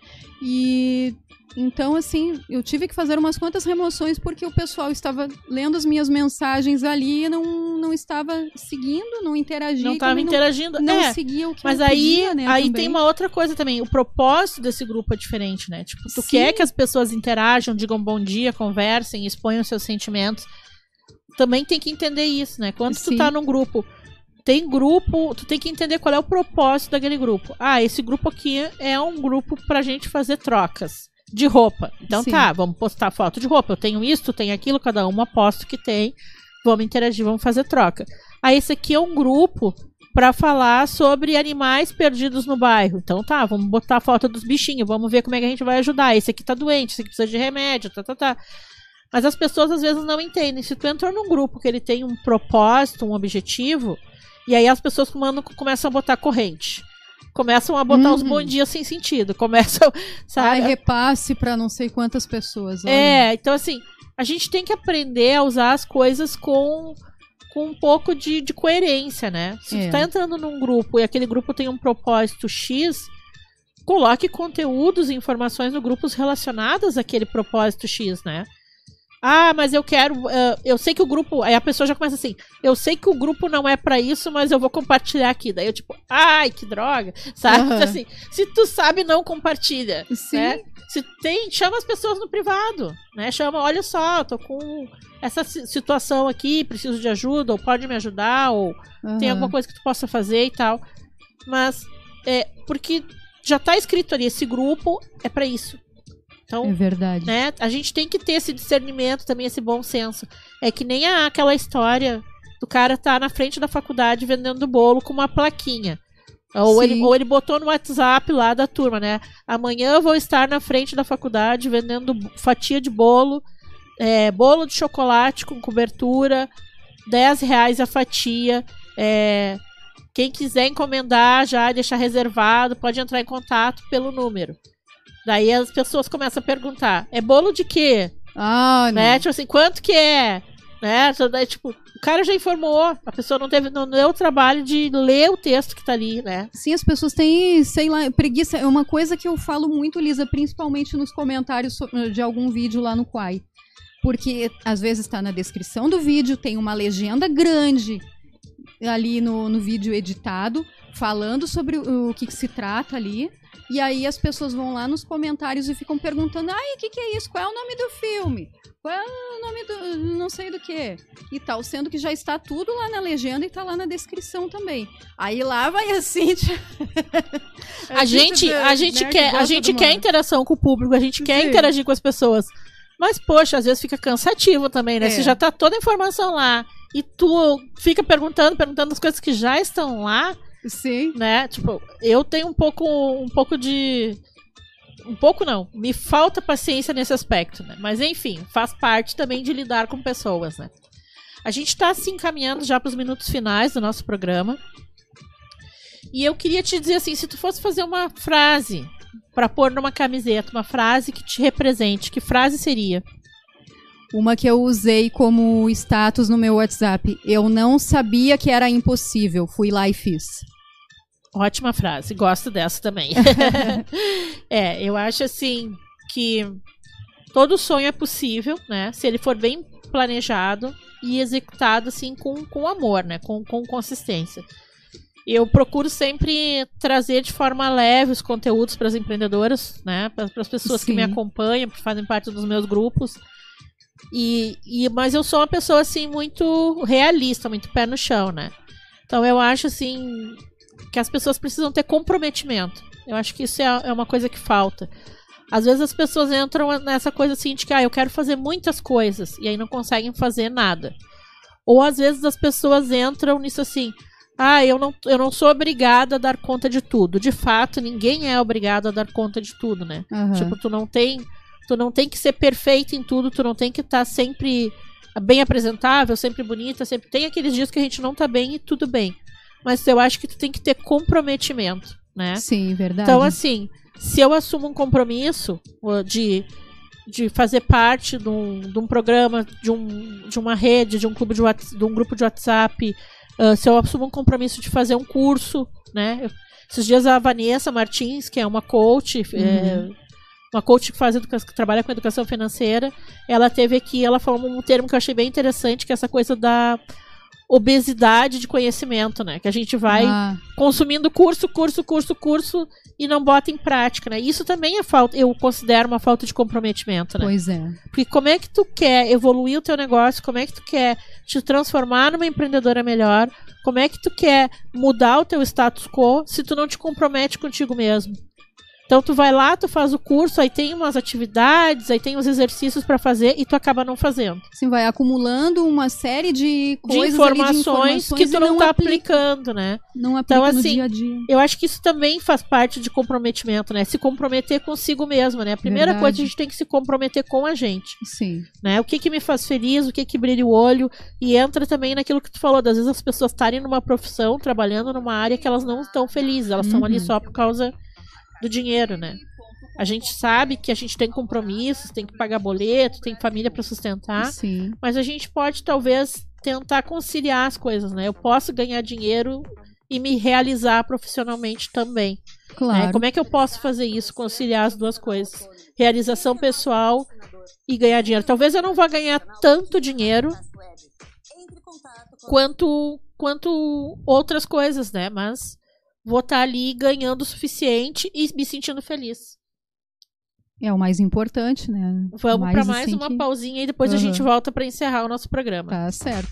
Speaker 3: E então, assim, eu tive que fazer umas quantas remoções porque o pessoal estava lendo as minhas mensagens ali e não, não estava seguindo, não interagia.
Speaker 2: Não estava interagindo.
Speaker 3: Não, não
Speaker 2: é,
Speaker 3: seguia o que
Speaker 2: mas
Speaker 3: eu
Speaker 2: aí,
Speaker 3: pedia, né,
Speaker 2: aí
Speaker 3: também.
Speaker 2: Tem uma outra coisa também. O propósito desse grupo é diferente, né? Tipo, tu
Speaker 3: Sim.
Speaker 2: quer que as pessoas interajam, digam bom dia, conversem, exponham seus sentimentos. Também tem que entender isso, né? Quando
Speaker 3: Sim.
Speaker 2: tu tá num grupo, tem grupo, tu tem que entender qual é o propósito daquele grupo. Ah, esse grupo aqui é um grupo pra gente fazer trocas de roupa. Então
Speaker 3: Sim.
Speaker 2: tá, vamos postar foto de roupa. Eu tenho isso, tu tem aquilo, cada um aposto que tem. Vamos interagir, vamos fazer troca. Ah, esse aqui é um grupo pra falar sobre animais perdidos no bairro. Então tá, vamos botar a foto dos bichinhos, vamos ver como é que a gente vai ajudar. Esse aqui tá doente, esse aqui precisa de remédio, tá, tá, tá. Mas as pessoas às vezes não entendem. Se tu entrou num grupo que ele tem um propósito, um objetivo, e aí as pessoas comandam, começam a botar corrente. Começam a botar uhum. os bom dias sem sentido. Começam, sabe?
Speaker 3: Ai, repasse pra não sei quantas pessoas. Olha.
Speaker 2: É, então assim, a gente tem que aprender a usar as coisas com, com um pouco de, de coerência, né? Se é. tu tá entrando num grupo e aquele grupo tem um propósito X, coloque conteúdos e informações no grupos relacionados àquele propósito X, né? Ah, mas eu quero, uh, eu sei que o grupo, aí a pessoa já começa assim, eu sei que o grupo não é pra isso, mas eu vou compartilhar aqui. Daí eu tipo, ai, que droga, sabe? Uhum. Assim, se tu sabe, não compartilha. Sim. Né? Se tem, chama as pessoas no privado, né? Chama, olha só, tô com essa situação aqui, preciso de ajuda, ou pode me ajudar, ou uhum. tem alguma coisa que tu possa fazer e tal. Mas, é, porque já tá escrito ali, esse grupo é pra isso. Então,
Speaker 4: é verdade.
Speaker 2: Né, a gente tem que ter esse discernimento também, esse bom senso. É que nem a, aquela história do cara tá na frente da faculdade vendendo bolo com uma plaquinha. Ou ele, ou ele botou no WhatsApp lá da turma, né? Amanhã eu vou estar na frente da faculdade vendendo fatia de bolo, é, bolo de chocolate com cobertura, dez reais a fatia. É, quem quiser encomendar já, deixar reservado, pode entrar em contato pelo número. Daí as pessoas começam a perguntar, é bolo de quê?
Speaker 4: Ah,
Speaker 2: né? Tipo assim, quanto que é? Né? Daí, tipo, o cara já informou, a pessoa não teve, não deu o trabalho de ler o texto que tá ali, né?
Speaker 4: Sim, as pessoas têm, sei lá, preguiça. É uma coisa que eu falo muito, Lisa, principalmente nos comentários de algum vídeo lá no Quai. Porque às vezes tá na descrição do vídeo, tem uma legenda grande ali no, no vídeo editado, falando sobre o, o que, que se trata ali. E aí as pessoas vão lá nos comentários e ficam perguntando, ai, o que, que é isso? Qual é o nome do filme? Qual é o nome do não sei do que? E tal, sendo que já está tudo lá na legenda e tá lá na descrição também. Aí lá vai a Cíntia.
Speaker 2: a, a gente, a gente, né, quer, que a gente quer interação com o público, a gente Sim. quer interagir com as pessoas. Mas, poxa, às vezes fica cansativo também, né? É. Se já tá toda a informação lá e tu fica perguntando, perguntando as coisas que já estão lá.
Speaker 4: Sim.
Speaker 2: Né? Tipo, eu tenho um pouco, um pouco de... Um pouco não. Me falta paciência nesse aspecto, né? Mas, enfim, faz parte também de lidar com pessoas, né? A gente tá se encaminhando já para os minutos finais do nosso programa. E eu queria te dizer assim, se tu fosse fazer uma frase para pôr numa camiseta, uma frase que te represente, que frase seria?
Speaker 4: Uma que eu usei como status no meu WhatsApp. Eu não sabia que era impossível. Fui lá e fiz.
Speaker 2: Ótima frase. Gosto dessa também. É, eu acho assim que todo sonho é possível, né? Se ele for bem planejado e executado assim com, com amor, né? Com, com consistência. Eu procuro sempre trazer de forma leve os conteúdos para as empreendedoras, né? Para as pessoas Sim. que me acompanham, que fazem parte dos meus grupos. E, e, mas eu sou uma pessoa assim muito realista, muito pé no chão, né? Então eu acho assim que as pessoas precisam ter comprometimento. Eu acho que isso é, é uma coisa que falta. Às vezes as pessoas entram nessa coisa assim de que ah, eu quero fazer muitas coisas e aí não conseguem fazer nada. Ou às vezes as pessoas entram nisso assim, ah, eu não, eu não sou obrigada a dar conta de tudo. De fato, ninguém é obrigado a dar conta de tudo, né? Uhum. Tipo, tu não tem... Tu não tem que ser perfeito em tudo, tu não tem que estar tá sempre bem apresentável, sempre bonita, sempre tem aqueles dias que a gente não tá bem e tudo bem. Mas eu acho que tu tem que ter comprometimento, né?
Speaker 4: Sim, verdade.
Speaker 2: Então, assim, se eu assumo um compromisso de, de fazer parte de um, de um programa, de, um, de uma rede, de um clube de, de um grupo de WhatsApp, uh, se eu assumo um compromisso de fazer um curso, né? Eu, esses dias a Vanessa Martins, que é uma coach, uhum. é, uma coach que, faz educação, que trabalha com educação financeira, ela teve aqui, ela falou um termo que eu achei bem interessante, que é essa coisa da obesidade de conhecimento, né? Que a gente vai ah. consumindo curso, curso, curso, curso e não bota em prática, né? Isso também é falta, eu considero uma falta de comprometimento, né?
Speaker 4: Pois é.
Speaker 2: Porque como é que tu quer evoluir o teu negócio, como é que tu quer te transformar numa empreendedora melhor, como é que tu quer mudar o teu status quo se tu não te compromete contigo mesmo? Então tu vai lá, tu faz o curso, aí tem umas atividades, aí tem os exercícios para fazer e tu acaba não fazendo.
Speaker 4: Sim, vai acumulando uma série de coisas,
Speaker 2: de informações,
Speaker 4: de informações
Speaker 2: que tu não, não tá aplica, aplicando, né?
Speaker 4: Não aplica então, assim, no dia a dia.
Speaker 2: Eu acho que isso também faz parte de comprometimento, né? Se comprometer consigo mesmo, né? A primeira Verdade. coisa a gente tem que se comprometer com a gente.
Speaker 4: Sim.
Speaker 2: Né? O que que me faz feliz, o que que brilha o olho, e entra também naquilo que tu falou, das vezes as pessoas estarem numa profissão, trabalhando numa área que elas não estão felizes, elas estão uhum. ali só por causa do dinheiro, né? A gente sabe que a gente tem compromissos, tem que pagar boleto, tem família para sustentar,
Speaker 4: Sim.
Speaker 2: mas a gente pode talvez tentar conciliar as coisas, né? Eu posso ganhar dinheiro e me realizar profissionalmente também.
Speaker 4: Claro.
Speaker 2: Né? Como é que eu posso fazer isso, conciliar as duas coisas? Realização pessoal e ganhar dinheiro. Talvez eu não vá ganhar tanto dinheiro quanto, quanto outras coisas, né? Mas vou estar ali ganhando o suficiente e me sentindo feliz.
Speaker 4: É o mais importante, né?
Speaker 2: Vamos para mais assim uma que... pausinha e depois uhum. a gente volta para encerrar o nosso programa.
Speaker 4: Tá certo.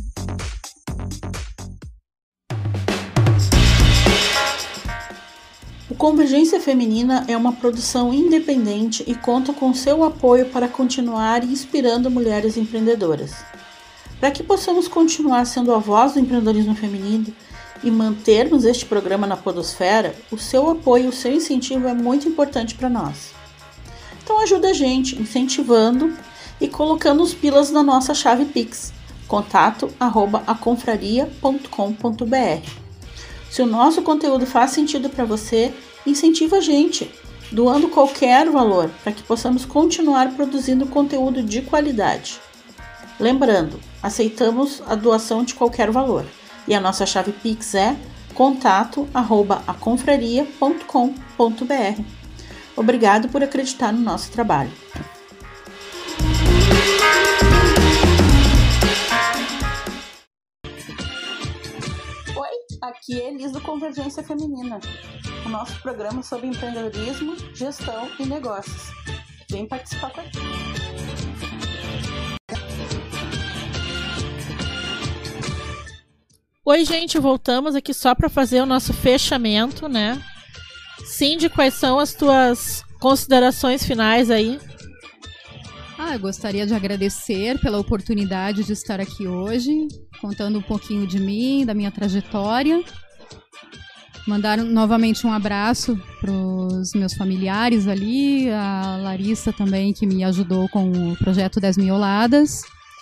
Speaker 1: O Convergência Feminina é uma produção independente e conta com seu apoio para continuar inspirando mulheres empreendedoras. Para que possamos continuar sendo a voz do empreendedorismo feminino e mantermos este programa na podosfera, o seu apoio e o seu incentivo é muito importante para nós. Então ajuda a gente incentivando e colocando os pilas na nossa chave Pix, contato arroba aconfraria ponto com ponto br. Se o nosso conteúdo faz sentido para você, incentiva a gente, doando qualquer valor, para que possamos continuar produzindo conteúdo de qualidade. Lembrando, aceitamos a doação de qualquer valor, e a nossa chave Pix é contato arroba aconfraria ponto com ponto br. Obrigado por acreditar no nosso trabalho. Oi, aqui é Elis do Convergência Feminina, o nosso programa sobre empreendedorismo, gestão e negócios. Vem participar com a gente.
Speaker 2: Oi, gente, voltamos aqui só para fazer o nosso fechamento, né? Cindy, quais são as tuas considerações finais aí?
Speaker 4: Ah, eu gostaria de agradecer pela oportunidade de estar aqui hoje, contando um pouquinho de mim, da minha trajetória. Mandar novamente um abraço para os meus familiares ali, a Larissa também, que me ajudou com o projeto dez Mioladas.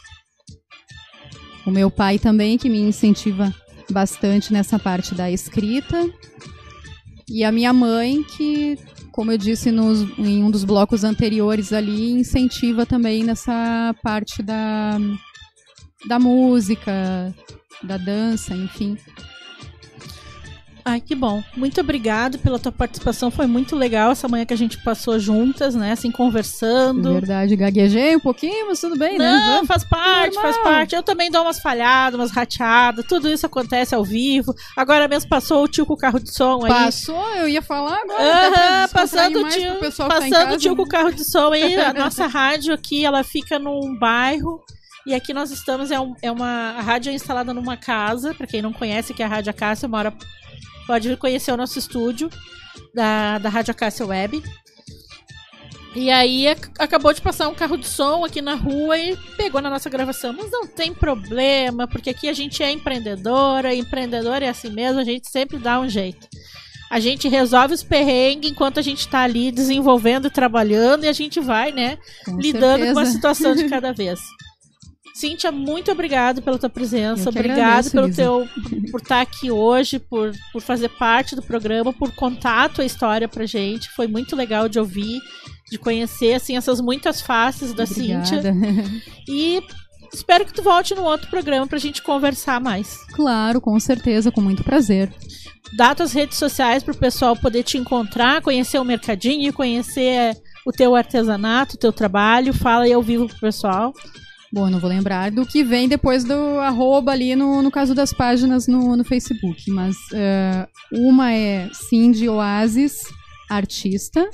Speaker 4: O meu pai também, que me incentiva bastante nessa parte da escrita. E a minha mãe, que, como eu disse nos, em um dos blocos anteriores ali, incentiva também nessa parte da, da música, da dança, enfim.
Speaker 2: Ai, que bom. Muito obrigado pela tua participação. Foi muito legal essa manhã que a gente passou juntas, né? Assim, conversando.
Speaker 4: Verdade, gaguejei um pouquinho, mas tudo bem,
Speaker 2: Não,
Speaker 4: né?
Speaker 2: Não, faz parte, Normal. faz parte. Eu também dou umas falhadas, umas rateadas. Tudo isso acontece ao vivo. Agora mesmo passou o tio com o carro de som aí.
Speaker 4: Passou? Eu ia falar agora.
Speaker 2: Aham, passando o tio, passando o tio com o carro de som aí. A nossa rádio aqui, ela fica num bairro. E aqui nós estamos, é, um, é uma... A rádio é instalada numa casa. Pra quem não conhece, que é a Rádio Acácia, mora... Pode conhecer o nosso estúdio da, da Rádio Acácia Web. E aí acabou de passar um carro de som aqui na rua e pegou na nossa gravação. Mas não tem problema, porque aqui a gente é empreendedora, empreendedora é assim mesmo, a gente sempre dá um jeito. A gente resolve os perrengues enquanto a gente tá ali desenvolvendo e trabalhando e a gente vai, né, com lidando certeza. com a situação de cada vez. Cíntia, muito obrigado pela tua presença, obrigado agradeço, pelo Lisa. teu por estar aqui hoje, por, por fazer parte do programa, por contar a tua história pra gente. Foi muito legal de ouvir, de conhecer assim, essas muitas faces da Obrigada. Cíntia. E espero que tu volte no outro programa pra gente conversar mais.
Speaker 4: Claro, com certeza, com muito prazer.
Speaker 2: Dá tuas redes sociais pro pessoal poder te encontrar, conhecer o mercadinho, conhecer o teu artesanato, o teu trabalho. Fala aí ao vivo pro pessoal.
Speaker 4: Bom, eu não vou lembrar do que vem depois do arroba ali no, no caso das páginas no, no Facebook, mas uh, uma é Cindy Oasis Artista.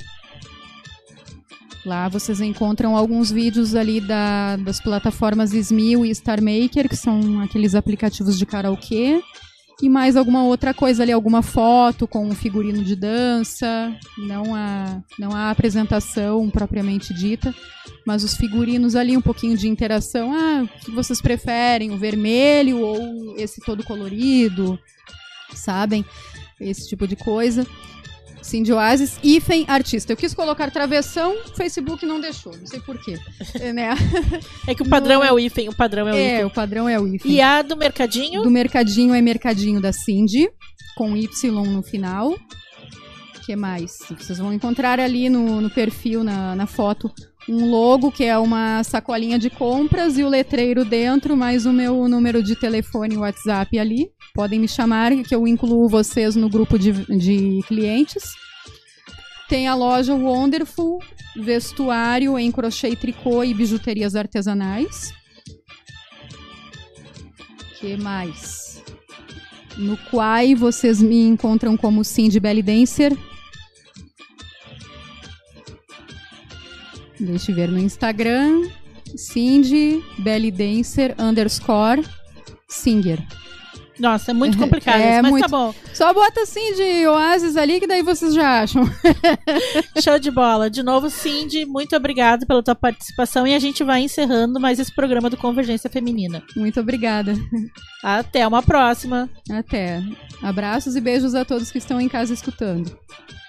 Speaker 4: Lá vocês encontram alguns vídeos ali da, das plataformas Smil e Star Maker, que são aqueles aplicativos de karaokê. E mais alguma outra coisa ali, alguma foto com um figurino de dança, não a, não a apresentação propriamente dita, mas os figurinos ali, um pouquinho de interação. Ah, o que vocês preferem, o vermelho ou esse todo colorido, sabem? Esse tipo de coisa. Cindy Oasis, hífen artista. Eu quis colocar travessão, o Facebook não deixou, não sei porquê. É, né?
Speaker 2: É que o padrão no... é o hífen, o padrão é o
Speaker 4: é,
Speaker 2: hífen.
Speaker 4: É, o padrão é o hífen.
Speaker 2: E a do Mercadinho?
Speaker 4: Do Mercadinho é Mercadinho da Cindy, com Y no final. O que mais? Vocês vão encontrar ali no, no perfil, na, na foto, um logo que é uma sacolinha de compras e o letreiro dentro, mais o meu número de telefone e WhatsApp ali. Podem me chamar, que eu incluo vocês no grupo de, de clientes. Tem a loja Wonderful, vestuário em crochê e tricô e bijuterias artesanais. Que mais? No Quai vocês me encontram como Cindy Belly Dancer. Deixa eu ver no Instagram. Cindy Belly Dancer underscore Singer.
Speaker 2: Nossa, é muito complicado
Speaker 4: é
Speaker 2: isso, mas
Speaker 4: muito...
Speaker 2: tá bom.
Speaker 4: Só bota Cindy Oasis ali que daí vocês já acham.
Speaker 2: Show de bola. De novo, Cindy, muito obrigada pela tua participação e a gente vai encerrando mais esse programa do Convergência Feminina.
Speaker 4: Muito obrigada.
Speaker 2: Até uma próxima.
Speaker 4: Até. Abraços e beijos a todos que estão em casa escutando.